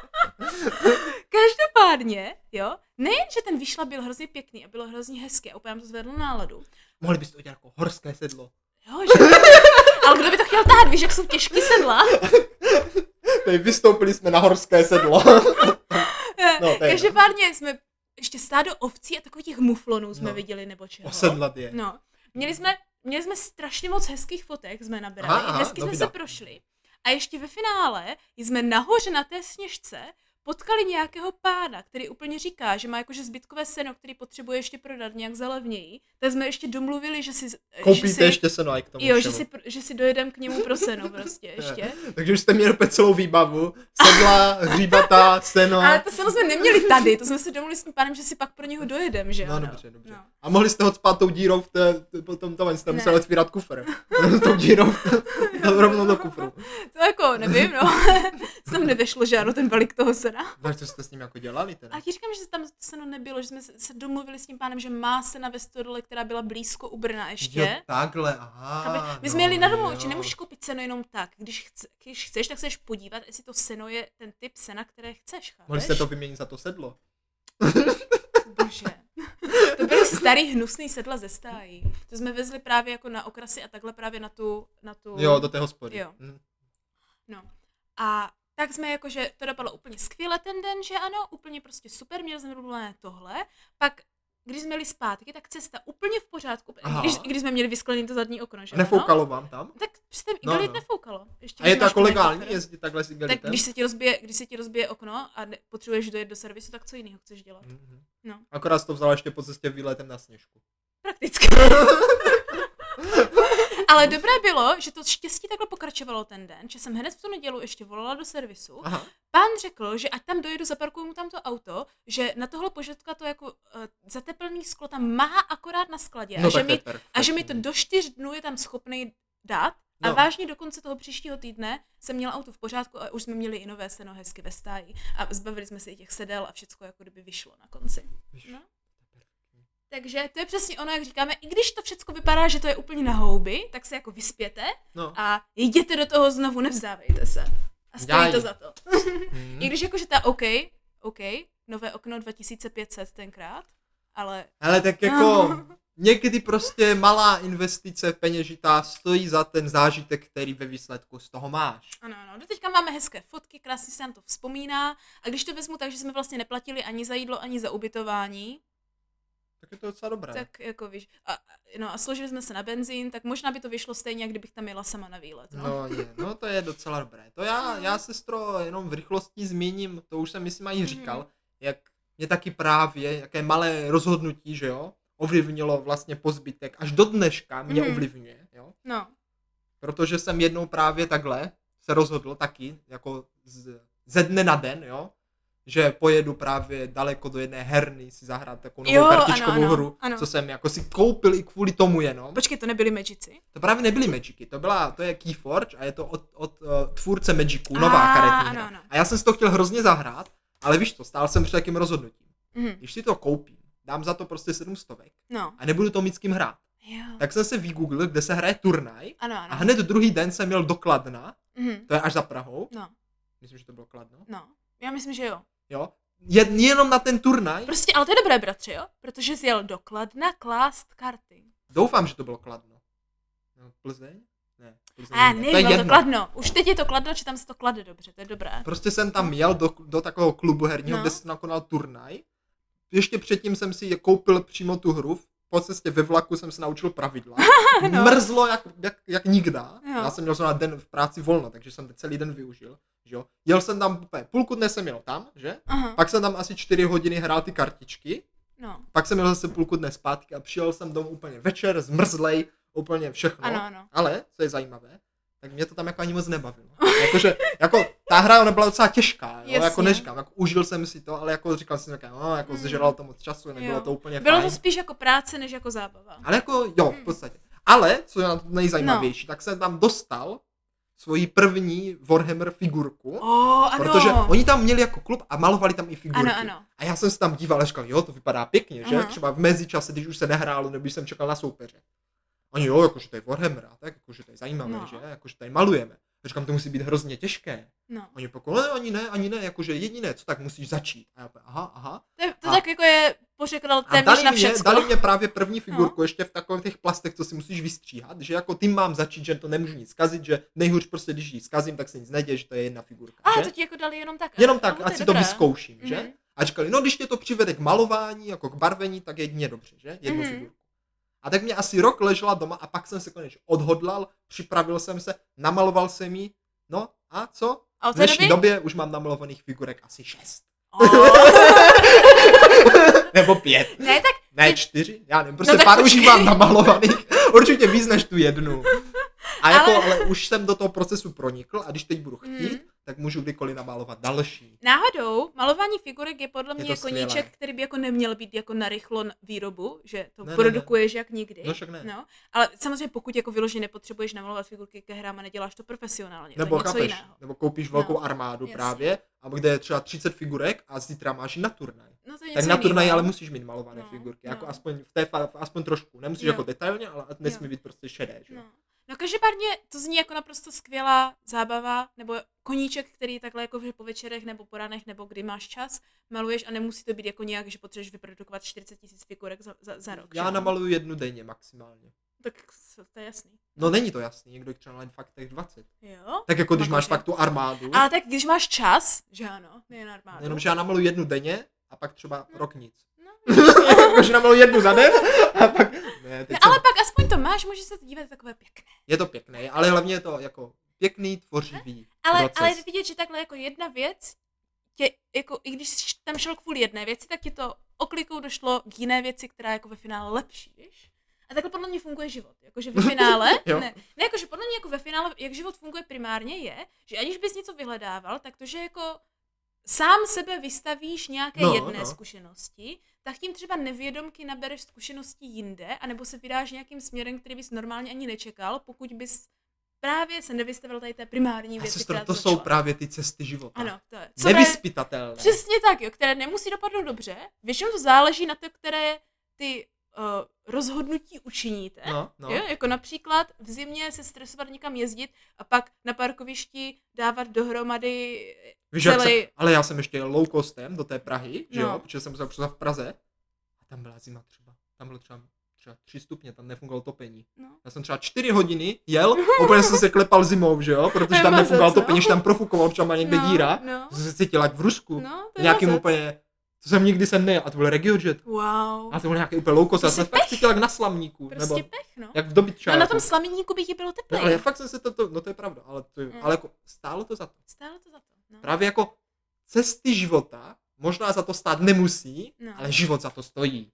Každopádně, jo, nejen, že ten výšlap byl hrozně pěkný a bylo hrozně hezky a úplně nám to zvedlo náladu. Mohli byste udělat jako horské sedlo. Jo, že... Ale kdo by to chtěl tahat, víš, jak jsou těžký sedla? Tady vystoupili jsme na horské sedlo. No, to je Každopádně jsme ještě stádo ovcí a takových těch muflonů jsme No. viděli nebo čeho. Osedlat je. No, měli jsme, měli jsme strašně moc hezkých fotek, jsme nabrali, Aha, aha, hezky no jsme vida. se prošli. A ještě ve finále jsme nahoře na té sněžce potkali nějakého pána, který úplně říká, že má jakože zbytkové seno, který potřebuje ještě prodat nějak za levněji, tak jsme ještě domluvili, že si... Koupíte že si, ještě seno aj k tomu Jo, všemu. že si, že si dojedem k němu pro seno prostě ještě. Takže už jste měli opět celou výbavu, sedla, hříbata, seno. Ale to seno jsme neměli tady, to jsme si domluvili s tím pánem, že si pak pro něho dojedem, že No ano. dobře, dobře. No. A mohli jste ho cpát tou dírou v té, potom to jste Ne. museli otvírat kufr. tou dírou rovnou do kufru. To jako nevím, no. Jsem nevešlo žádnou ten balík toho sena. Tak co jste s ním jako dělali teda? A ti říkám, že tam to seno nebylo, že jsme se domluvili s tím pánem, že má sena ve stodole, která byla blízko u Brna ještě. Jo, takhle, aha. Chápeš? My no, jsme jeli na jo. domů, že nemůžeš koupit seno jenom tak. Když, chce, když chceš, tak se jdeš podívat, jestli to seno je ten typ sena, které chceš, chápeš? Mohli jste to vyměnit za to sedlo. Bože. To byly starý hnusný sedla ze stájí. To jsme vezli právě jako na okrasy a takhle právě na tu... Na tu... Jo, do té hospody. Jo. Hm. No. A tak jsme jakože, to dopadlo úplně skvěle ten den, že ano, úplně prostě super, měli jsme domluvené tohle. Pak, když jsme jeli zpátky, tak cesta úplně v pořádku, Aha. když, když jsme měli vysklený to zadní okno, že A nefoukalo vám tam? ano? Tak přesně, No, igelit no. nefoukalo. Ještě, A je když to máš jako plný legální kufr. jezdit takhle s Tak igelitem? když se ti rozbije, když se ti rozbije okno a ne, potřebuješ dojet do servisu, tak co jiného chceš dělat? Mhm. No, Akorát jsi to vzala ještě po cestě výletem na Sněžku. prakticky. Ale dobré bylo, že to štěstí takhle pokračovalo ten den, že jsem hned v tu nedělu ještě volala do servisu. Aha. Pán řekl, že ať tam dojedu, zaparkuju mu tam to auto, že na tohle požadavka to jako uh, zateplený sklo tam má akorát na skladě No a, že tak to je mi, perfektní. a že mi to do čtyř dnů je tam schopný dát. A No. vážně do konce toho příštího týdne jsem měla auto v pořádku a už jsme měli i nové seno hezky ve stáji. A zbavili jsme se i těch sedel a všecko jako kdyby vyšlo na konci. No. Takže to je přesně ono, jak říkáme, i když to všecko vypadá, že to je úplně na houby, tak se jako vyspěte No. a jděte do toho znovu, nevzdávejte se. A stojí Jaj. to za to. Mhm. I když jakože ta OK, OK, nové okno dva tisíce pět set tenkrát, ale Ale tak jako někdy prostě malá investice peněžitá stojí za ten zážitek, který ve výsledku z toho máš. ano, ano, do teďka máme hezké fotky, krásně se nám to vzpomíná a když to vezmu tak, že jsme vlastně neplatili ani za jídlo, ani za ubytování, Tak je to docela dobré. tak jako víš, a, a- no a složili jsme se na benzín, tak možná by to vyšlo stejně, jak kdybych tam jela sama na výlet, no. No, je, no to je docela dobré. To já, já sestro jenom v rychlosti zmíním, to už jsem myslím i říkal, jak mě taky právě, jaké malé rozhodnutí, že jo, ovlivnilo vlastně po zbytek, až do dneška mě Mhm. ovlivňuje, jo. No, Protože jsem jednou právě takhle se rozhodl taky, jako z, ze dne na den, jo, že pojedu právě daleko do jedné herny si zahrát takovou novou Jo, ano, kartičkovou ano, hru, ano. co jsem jako si koupil i kvůli tomu jenom. počkej, to nebyly Magici? To právě nebyly Magicy, to byla, to je Keyforge a je to od, od uh, tvůrce Magiců, nová Ah, karetní ano, hra. ano. A já jsem si to chtěl hrozně zahrát, ale víš to, stál jsem před takým rozhodnutím. Mhm. Když si to koupím, dám za to prostě sedm stovek No, a nebudu to mít s kým hrát. jo, Tak jsem se vygooglil, kde se hraje turnaj ano, a ano. hned druhý den jsem měl do Kladna, Mhm. to je až za Prahou, No, myslím, že to bylo Kladno, no, já myslím, že jo. jo, Jed, jenom na ten turnaj, Prostě, ale to je dobré, bratře, jo? Protože jsi jel do Kladna klást karty. doufám, že to bylo Kladno. No, Plzeň? Ne, Plzeň A ne, ne, to je bylo to jedno. Kladno. Už teď je to Kladno, či tam se to klade dobře, to je dobré. Prostě jsem tam jel do, do takového klubu herního, No. kde jsem nakonal turnaj. Ještě předtím jsem si koupil přímo tu hru. Po cestě ve vlaku jsem se naučil pravidla. No. Mrzlo jak, jak, jak nikda. Jo. Já jsem měl zrovna den v práci volno, takže jsem celý den využil. Že jo? Jel jsem tam, úplně- půlku dne jsem jel tam, že? Aha, Pak jsem tam asi čtyři hodiny hrál ty kartičky. no. Pak jsem jel zase půlku dne zpátky a přijel jsem domů úplně večer, zmrzlej, úplně všechno. Ano, ano. Ale, co je zajímavé, tak mě to tam jako ani moc nebavilo. Jakože, jako ta hra ona byla docela těžká, jo? Jasně. Jako neříkám, jako užil jsem si to, ale jako říkal jsem, jako, no, jako Mm. zežralo to moc času, nebylo Jo. to úplně Bylo fajn. to spíš jako práce, než jako zábava. Ale jako, jo, v podstatě. Ale, co je na to nejzajímavější, No. tak jsem tam dostal svoji první Warhammer figurku, Oh, ano. protože oni tam měli jako klub a malovali tam i figurky. Ano, ano. A já jsem se tam díval a říkal, jo, to vypadá pěkně, že? Aha. Třeba v mezičase, když už se nehrálo, nebo když jsem čekal na soupeře. Oni jo, jakože to je Warhammer, a tak, jakože to je zajímavé, No. že? Jakože tady malujeme. A říkám, to musí být hrozně těžké. No. Oni pokud, ne, ani ne, ani ne, jakože jediné, co tak musíš začít. A já úplně, aha, aha. To, je- to A- tak jako je pořekl A téměř dali na mě, všecko. dali mě právě první figurku, no. ještě v takových těch plastech, co si musíš vystříhat, že jako tím mám začít, že to nemůžu nic zkazit, že nejhůř prostě, když ji zkazím, tak se nic neděje, že to je jedna figurka. A že? to ti jako dali jenom tak. Jenom a- tak, no, ať je si dobré. to vyzkouším, že? Mhm. A říkali, no když tě to přivede k malování, jako k barvení, tak jedině dobře, že? Jednu Mhm. figurku. A tak mě asi rok ležela doma a pak jsem se konečně odhodlal, připravil jsem se, namaloval jsem ji, no a co? A v dnešní době už mám namalovaných figurek asi šest. Oh. Nebo pět. Ne, tak... Ne, čtyři? Já nevím, prostě no, pár už jich mám namalovaných. Určitě víc než tu jednu. A jako, ale... ale už jsem do toho procesu pronikl a když teď budu chtít, mm. tak můžu kdykoliv namalovat další. Náhodou, malování figurek je podle mě je koníček, skvělé. který by jako neměl být jako narychlo výrobu, že to ne, produkuješ ne, ne. jak nikdy. No však ne. No, ale samozřejmě pokud jako vyloženě nepotřebuješ namalovat figurky ke hrám a neděláš to profesionálně, nebo to je něco chápeš, jiného. nebo koupíš velkou no, armádu jasně. právě, a kde je třeba třicet figurek a zítra máš na turnaj. No, to je tak na turnaj ale musíš mít malované no, figurky, jako no. aspoň v té aspoň trošku. Nemusíš jo. jako detailně, ale nesmí jo. být prostě šedé, že? No. No každopádně to zní jako naprosto skvělá zábava, nebo koníček, který takhle jako po večerech nebo po ranech, nebo kdy máš čas, maluješ a nemusí to být jako nějak, že potřebuješ vyprodukovat čtyřicet tisíc figurek za, za, za rok. Já namaluju jednu denně maximálně. Tak to je jasný. No není to jasný, někdo třeba jen fakt těch dvacet. Jo? Tak jako když máš fakt tu armádu. Ale tak když máš čas, že ano, nejen armádu. Jenomže já namaluju jednu denně a pak třeba no. rok nic. No. Takže namaluju jednu za den a pak... Ne, no, ale pak aspoň to máš, můžeš se to dívat takové pěkné. Je to pěkné, ale hlavně je to jako pěkný, tvořivý ale, proces. Ale vidět, že takhle jako jedna věc, tě, jako, i když tam šel kvůli jedné věci, tak ti to oklikou došlo k jiné věci, která je jako ve finále lepší, víš? A takhle podle mě funguje život. Jakože ve finále, ne, ne, jakože podle mě jako ve finále, jak život funguje primárně je, že aniž bys něco vyhledával, tak to, že jako sám sebe vystavíš nějaké no, jedné no. zkušenosti, tak tím třeba nevědomky nabereš zkušenosti jinde, anebo se vydáš nějakým směrem, který bys normálně ani nečekal, pokud bys právě se nevystavil tady té primární věci, sestro, to jsou právě ty cesty života. Ano, to je. Nevyzpytatelné. Přesně tak, jo, které nemusí dopadnout dobře. Většinou to záleží na to, které ty uh, rozhodnutí učiníte. No, no. Jo? Jako například v zimě se stresovat někam jezdit a pak na parkovišti dávat dohromady Víš, celý... se, ale já jsem ještě low costem do té Prahy, že no. jo, protože jsem musel přestat v Praze a tam byla zima třeba. Tam bylo třeba, třeba tři stupně, tam nefungovalo topení. No. Já jsem třeba čtyři hodiny jel, úplně jsem se klepal zimou, že jo, protože tam nefungovalo topení, že tam profukoval, třeba má někde no, díra. No. Jsem se cítil jak v Rusku. No, nějakým mazec. Úplně, to jsem nikdy jsem nejel, a to byl RegioJet. Wow. A to byl nějaký úplně low cost, já jsem fakt cítil jak na slamníku. Prostě nebo pech, no. Jak v dobytčáku. No na tom slamníku by ti bylo teplé. No, ale fakt jsem se to, to, no to je pravda, ale, to, mm. ale jako stálo to za to. Stálo to za to, no. Právě jako cesty života možná za to stát nemusí, no. ale život za to stojí.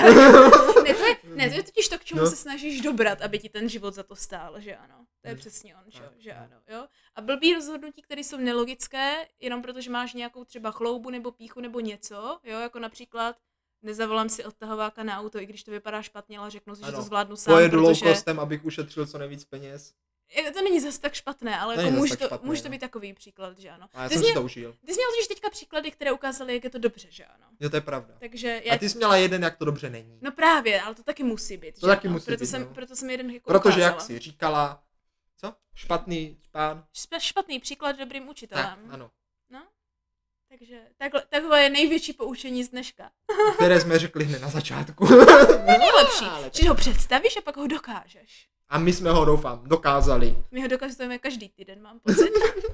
ne, to je, ne, to je totiž to, k čemu no. se snažíš dobrat, aby ti ten život za to stál, že ano. To je hmm. přesně on, že, no. že ano. Jo? A blbý rozhodnutí, které jsou nelogické, jenom protože máš nějakou třeba chloubu nebo píchu nebo něco, jo, jako například nezavolám si odtahováka na auto, i když to vypadá špatně, ale řeknu si, ano. že to zvládnu sám, pojedu protože... low costem, abych ušetřil co nejvíc peněz. To není zase tak špatné, ale jako může to, může to být takový příklad, že ano. A já ty jsem jsi si to užil. Ty jsi měl totiž teďka příklady, které ukázaly, jak je to dobře, že ano. Jo, to je pravda. Takže já... A ty jsi měla jeden, jak to dobře není. No právě, ale to taky musí být, To že taky ano? musí proto být, jsem, no. Proto jsem jeden jako Protože ukázala. jak jsi říkala, co? Špatný pán. Špatný příklad dobrým učitelem. Tak, ano. No, takže takhle, takhle je největší poučení z dneška. Které jsme řekli hned na začátku. To je nejlepší, že ho představíš a pak ho dokážeš. A my jsme ho, doufám, dokázali. My ho dokazujeme každý týden, mám pocit.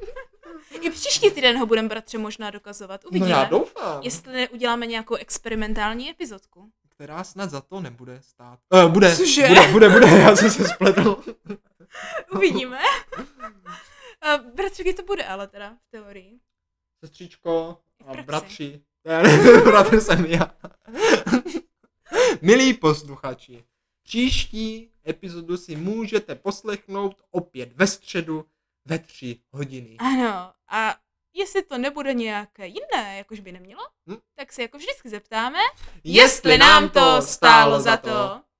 I příští týden ho budeme, bratře, možná dokazovat. Uvidíme. No já doufám. Jestli uděláme nějakou experimentální epizodku. Která snad za to nebude stát. Uh, bude, Cože? bude, bude, bude, já jsem se spletl. Uvidíme. Uh, bratře, kdy to bude ale teda v teorii? Sestřičko a bratři. Bratr jsem já. Milí posluchači, příští epizodu si můžete poslechnout opět ve středu ve tři hodiny. Ano, a jestli to nebude nějaké jiné, jakož by nemělo, hm? tak se jako vždycky zeptáme, jestli nám to stálo za to.